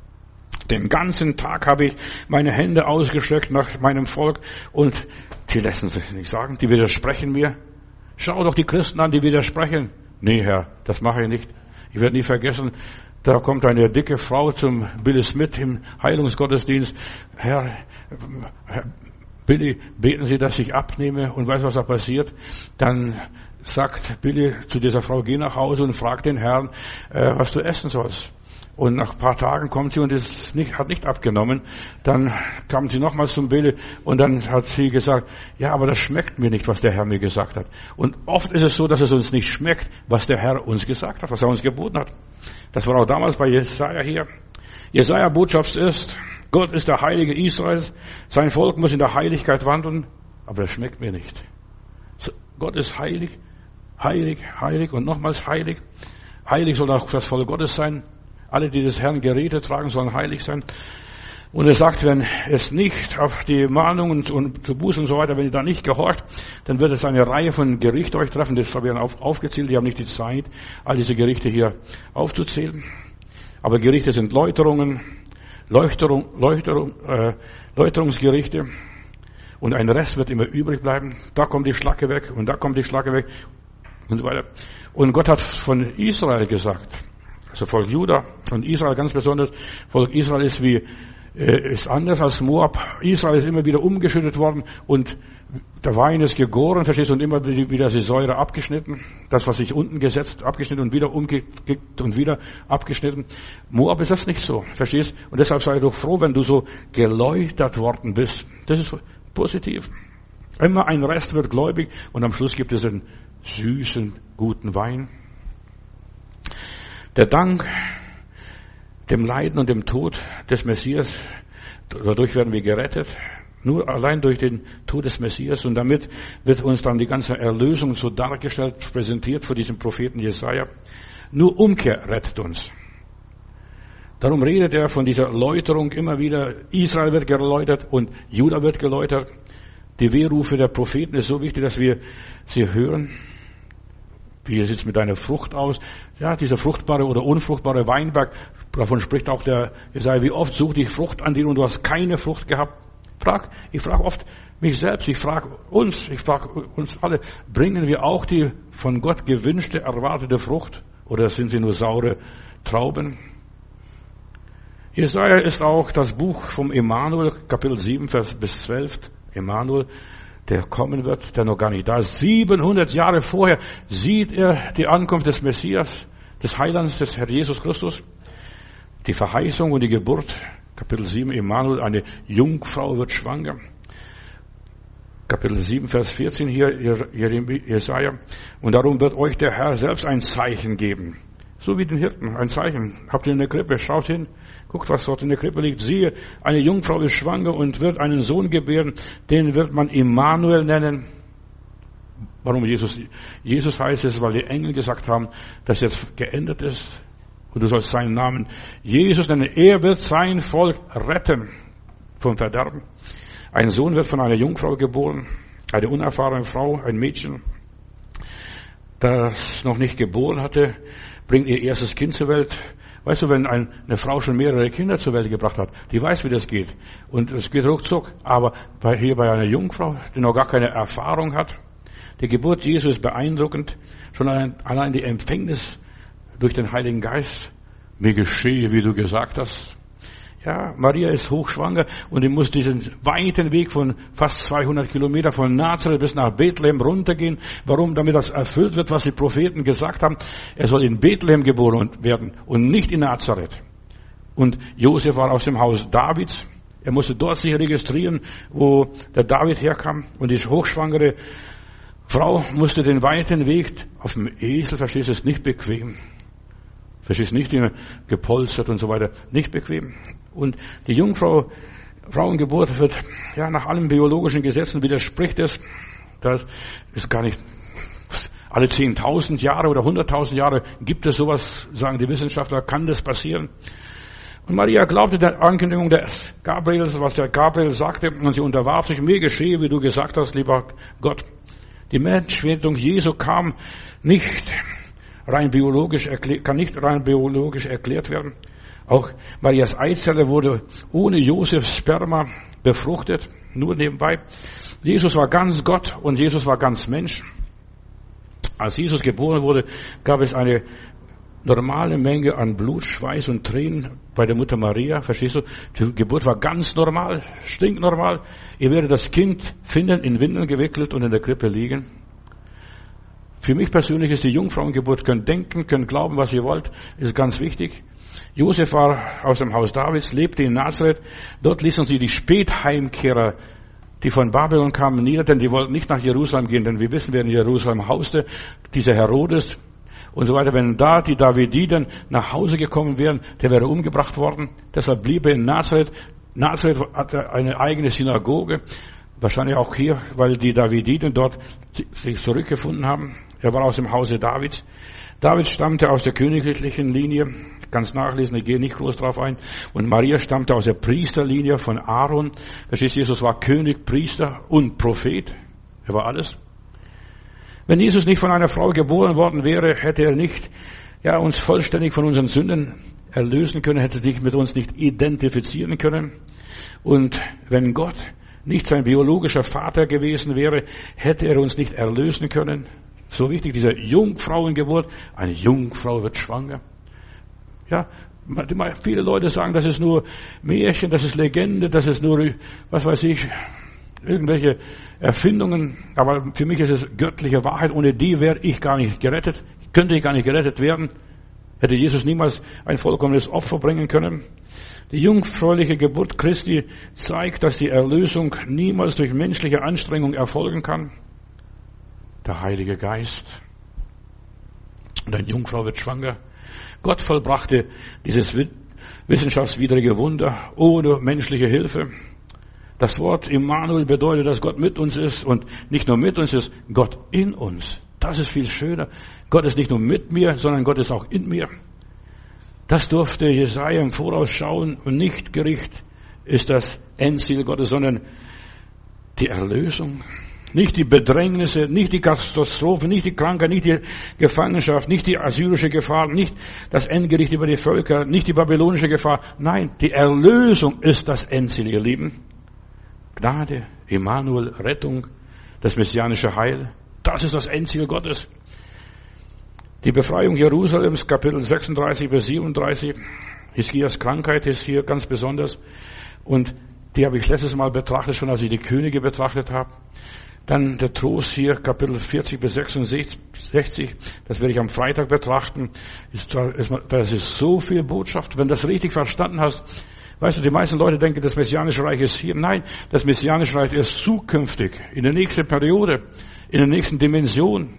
Den ganzen Tag habe ich meine Hände ausgestreckt nach meinem Volk und sie lassen sich nicht sagen, die widersprechen mir. Schau doch die Christen an, die widersprechen. Nee, Herr, das mache ich nicht. Ich werde nie vergessen, da kommt eine dicke Frau zum Billy Smith im Heilungsgottesdienst. Herr, Herr Billy, beten Sie, dass ich abnehme, und weißt du, was da passiert? Dann sagt Billy zu dieser Frau, geh nach Hause und frag den Herrn, äh, was du essen sollst. Und nach ein paar Tagen kommt sie und ist nicht, hat nicht abgenommen. Dann kam sie nochmals zum Billy und dann hat sie gesagt, ja, aber das schmeckt mir nicht, was der Herr mir gesagt hat. Und oft ist es so, dass es uns nicht schmeckt, was der Herr uns gesagt hat, was er uns geboten hat. Das war auch damals bei Jesaja hier. Jesaja Botschaft ist, Gott ist der Heilige Israels, sein Volk muss in der Heiligkeit wandeln, aber das schmeckt mir nicht. Gott ist heilig, heilig, heilig und nochmals heilig. Heilig soll auch das Volk Gottes sein. Alle, die des Herrn Geräte tragen, sollen heilig sein. Und er sagt, wenn es nicht auf die Mahnungen und zu Bußen und so weiter, wenn ihr da nicht gehorcht, dann wird es eine Reihe von Gerichten euch treffen. Das habe ich dann auf, aufgezählt. Die haben nicht die Zeit, all diese Gerichte hier aufzuzählen. Aber Gerichte sind Läuterungen, Leuchterung, Leuchterung, äh, Läuterungsgerichte. Und ein Rest wird immer übrig bleiben. Da kommt die Schlacke weg und da kommt die Schlacke weg und so weiter. Und Gott hat von Israel gesagt, also Volk Juda und Israel ganz besonders. Volk Israel ist wie, äh, ist anders als Moab. Israel ist immer wieder umgeschüttet worden und der Wein ist gegoren, verstehst du, und immer wieder die Säure abgeschnitten. Das, was sich unten gesetzt, abgeschnitten und wieder umgekickt und wieder abgeschnitten. Moab ist das nicht so, verstehst? Und deshalb sei doch froh, wenn du so geläutert worden bist. Das ist positiv. Immer ein Rest wird gläubig und am Schluss gibt es einen süßen, guten Wein. Der Dank dem Leiden und dem Tod des Messias, dadurch werden wir gerettet. Nur allein durch den Tod des Messias. Und damit wird uns dann die ganze Erlösung so dargestellt, präsentiert vor diesem Propheten Jesaja. Nur Umkehr rettet uns. Darum redet er von dieser Läuterung immer wieder. Israel wird geläutert und Juda wird geläutert. Die Wehrufe der Propheten ist so wichtig, dass wir sie hören. Wie sieht es mit deiner Frucht aus? Ja, dieser fruchtbare oder unfruchtbare Weinberg, davon spricht auch der Jesaja, wie oft suchte ich Frucht an dir und du hast keine Frucht gehabt. Frag, ich frage oft mich selbst, ich frage uns, ich frage uns alle, bringen wir auch die von Gott gewünschte, erwartete Frucht oder sind sie nur saure Trauben? Jesaja ist auch das Buch vom Emmanuel, Kapitel sieben, Vers bis zwölf. Emmanuel, der kommen wird, der noch gar nicht da ist. siebenhundert Jahre vorher sieht er die Ankunft des Messias, des Heilands, des Herrn Jesus Christus. Die Verheißung und die Geburt, Kapitel sieben, Emmanuel, eine Jungfrau wird schwanger. Kapitel sieben, Vers vierzehn hier, Jesaja. Und darum wird euch der Herr selbst ein Zeichen geben. So wie den Hirten, ein Zeichen. Habt ihr in der Krippe, schaut hin, guckt, was dort in der Krippe liegt. Siehe, eine Jungfrau ist schwanger und wird einen Sohn gebären, den wird man Immanuel nennen. Warum Jesus? Jesus heißt es, weil die Engel gesagt haben, dass jetzt geändert ist. Und du sollst seinen Namen Jesus nennen. Er wird sein Volk retten vom Verderben. Ein Sohn wird von einer Jungfrau geboren, eine unerfahrene Frau, ein Mädchen, das noch nicht geboren hatte, bringt ihr erstes Kind zur Welt. Weißt du, wenn eine Frau schon mehrere Kinder zur Welt gebracht hat, die weiß, wie das geht. Und es geht ruckzuck. Aber bei, hier bei einer Jungfrau, die noch gar keine Erfahrung hat, die Geburt Jesu ist beeindruckend. Schon allein, allein die Empfängnis durch den Heiligen Geist. Mir geschehe, wie du gesagt hast. Ja, Maria ist hochschwanger und die muss diesen weiten Weg von fast zweihundert Kilometer von Nazareth bis nach Bethlehem runtergehen. Warum? Damit das erfüllt wird, was die Propheten gesagt haben. Er soll in Bethlehem geboren werden und nicht in Nazareth. Und Josef war aus dem Haus Davids. Er musste dort sich registrieren, wo der David herkam. Und die hochschwangere Frau musste den weiten Weg auf dem Esel, verstehst du, ist nicht bequem. Verstehst du, nicht gepolstert und so weiter, nicht bequem. Und die Jungfrau, Frauengeburt wird, ja, nach allen biologischen Gesetzen widerspricht es. Das ist gar nicht Alle zehntausend Jahre oder hunderttausend Jahre gibt es sowas, sagen die Wissenschaftler, kann das passieren? Und Maria glaubte der Ankündigung des Gabriels, was der Gabriel sagte, und sie unterwarf sich, mir geschehe, wie du gesagt hast, lieber Gott. Die Menschwerdung Jesu kam nicht rein biologisch, kann nicht rein biologisch erklärt werden. Auch Marias Eizelle wurde ohne Josefs Sperma befruchtet, nur nebenbei. Jesus war ganz Gott und Jesus war ganz Mensch. Als Jesus geboren wurde, gab es eine normale Menge an Blut, Schweiß und Tränen bei der Mutter Maria. Verstehst du? Die Geburt war ganz normal, stinknormal. Ihr werdet das Kind finden, in Windeln gewickelt und in der Krippe liegen. Für mich persönlich ist die Jungfrauengeburt, könnt denken, könnt glauben, was ihr wollt, ist ganz wichtig. Josef war aus dem Haus Davids, lebte in Nazareth. Dort ließen sie die Spätheimkehrer, die von Babylon kamen, nieder, denn die wollten nicht nach Jerusalem gehen, denn wir wissen, wer in Jerusalem hauste, dieser Herodes und so weiter. Wenn da die Davididen nach Hause gekommen wären, der wäre umgebracht worden. Deshalb blieb er in Nazareth. Nazareth hatte eine eigene Synagoge, wahrscheinlich auch hier, weil die Davididen dort sich zurückgefunden haben. Er war aus dem Hause Davids. David stammte aus der königlichen Linie, ganz nachlesen, ich gehe nicht groß drauf ein. Und Maria stammte aus der Priesterlinie von Aaron. Verstehst du, Jesus war König, Priester und Prophet. Er war alles. Wenn Jesus nicht von einer Frau geboren worden wäre, hätte er nicht, ja, uns vollständig von unseren Sünden erlösen können, hätte sich mit uns nicht identifizieren können. Und wenn Gott nicht sein biologischer Vater gewesen wäre, hätte er uns nicht erlösen können. So wichtig, diese Jungfrauengeburt. Eine Jungfrau wird schwanger. Ja, viele Leute sagen, das ist nur Märchen, das ist Legende, das ist nur, was weiß ich, irgendwelche Erfindungen. Aber für mich ist es göttliche Wahrheit. Ohne die wäre ich gar nicht gerettet. Könnte ich gar nicht gerettet werden. Hätte Jesus niemals ein vollkommenes Opfer bringen können. Die jungfräuliche Geburt Christi zeigt, dass die Erlösung niemals durch menschliche Anstrengung erfolgen kann. Der Heilige Geist. Und eine Jungfrau wird schwanger. Gott vollbrachte dieses wissenschaftswidrige Wunder ohne menschliche Hilfe. Das Wort Immanuel bedeutet, dass Gott mit uns ist und nicht nur mit uns ist, Gott in uns. Das ist viel schöner. Gott ist nicht nur mit mir, sondern Gott ist auch in mir. Das durfte Jesaja im Voraus schauen und nicht Gericht ist das Endziel Gottes, sondern die Erlösung. Nicht die Bedrängnisse, nicht die Katastrophe, nicht die Krankheit, nicht die Gefangenschaft, nicht die assyrische Gefahr, nicht das Endgericht über die Völker, nicht die babylonische Gefahr. Nein, die Erlösung ist das Endziel, ihr Lieben. Gnade, Immanuel, Rettung, das messianische Heil. Das ist das Endziel Gottes. Die Befreiung Jerusalems, Kapitel sechsunddreißig bis siebenunddreißig. Hiskias Krankheit ist hier ganz besonders. Und die habe ich letztes Mal betrachtet, schon als ich die Könige betrachtet habe. Dann der Trost hier, Kapitel vierzig bis sechsundsechzig, das werde ich am Freitag betrachten. Das ist so viel Botschaft. Wenn du das richtig verstanden hast, weißt du, die meisten Leute denken, das Messianische Reich ist hier. Nein, das Messianische Reich ist zukünftig, in der nächsten Periode, in der nächsten Dimension.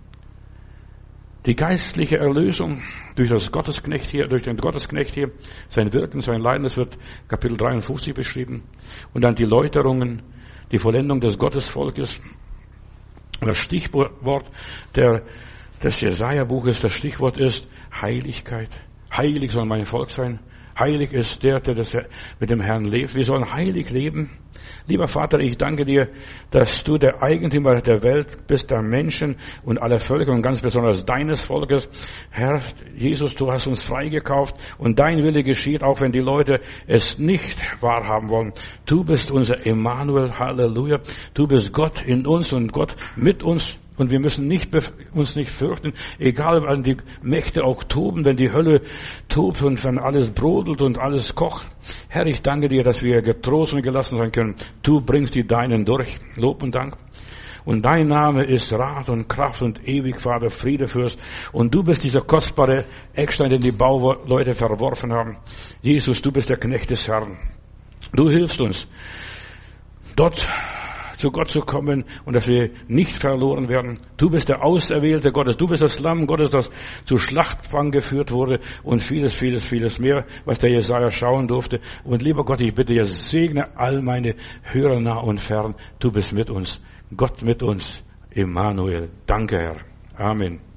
Die geistliche Erlösung durch das Gottesknecht hier, durch den Gottesknecht hier, sein Wirken, sein Leiden, das wird Kapitel dreiundfünfzig beschrieben. Und dann die Läuterungen, die Vollendung des Gottesvolkes. Das Stichwort der, des Jesaja-Buches, das Stichwort ist Heiligkeit. Heilig soll mein Volk sein. Heilig ist der, der das mit dem Herrn lebt. Wir sollen heilig leben. Lieber Vater, ich danke dir, dass du der Eigentümer der Welt bist, der Menschen und aller Völker und ganz besonders deines Volkes. Herr Jesus, du hast uns freigekauft und dein Wille geschieht, auch wenn die Leute es nicht wahrhaben wollen. Du bist unser Immanuel, Halleluja. Du bist Gott in uns und Gott mit uns. Und wir müssen nicht, uns nicht fürchten, egal wann die Mächte auch toben, wenn die Hölle tobt und wenn alles brodelt und alles kocht. Herr, ich danke dir, dass wir getrost und gelassen sein können. Du bringst die Deinen durch. Lob und Dank. Und dein Name ist Rat und Kraft und ewig, Vater, Friede, Fürst. Und du bist dieser kostbare Eckstein, den die Bauleute verworfen haben. Jesus, du bist der Knecht des Herrn. Du hilfst uns, dort zu Gott zu kommen und dass wir nicht verloren werden. Du bist der Auserwählte Gottes. Du bist das Lamm Gottes, das zu Schlachtfang geführt wurde und vieles, vieles, vieles mehr, was der Jesaja schauen durfte. Und lieber Gott, ich bitte dir, segne all meine Hörer nah und fern. Du bist mit uns. Gott mit uns. Immanuel. Danke, Herr. Amen.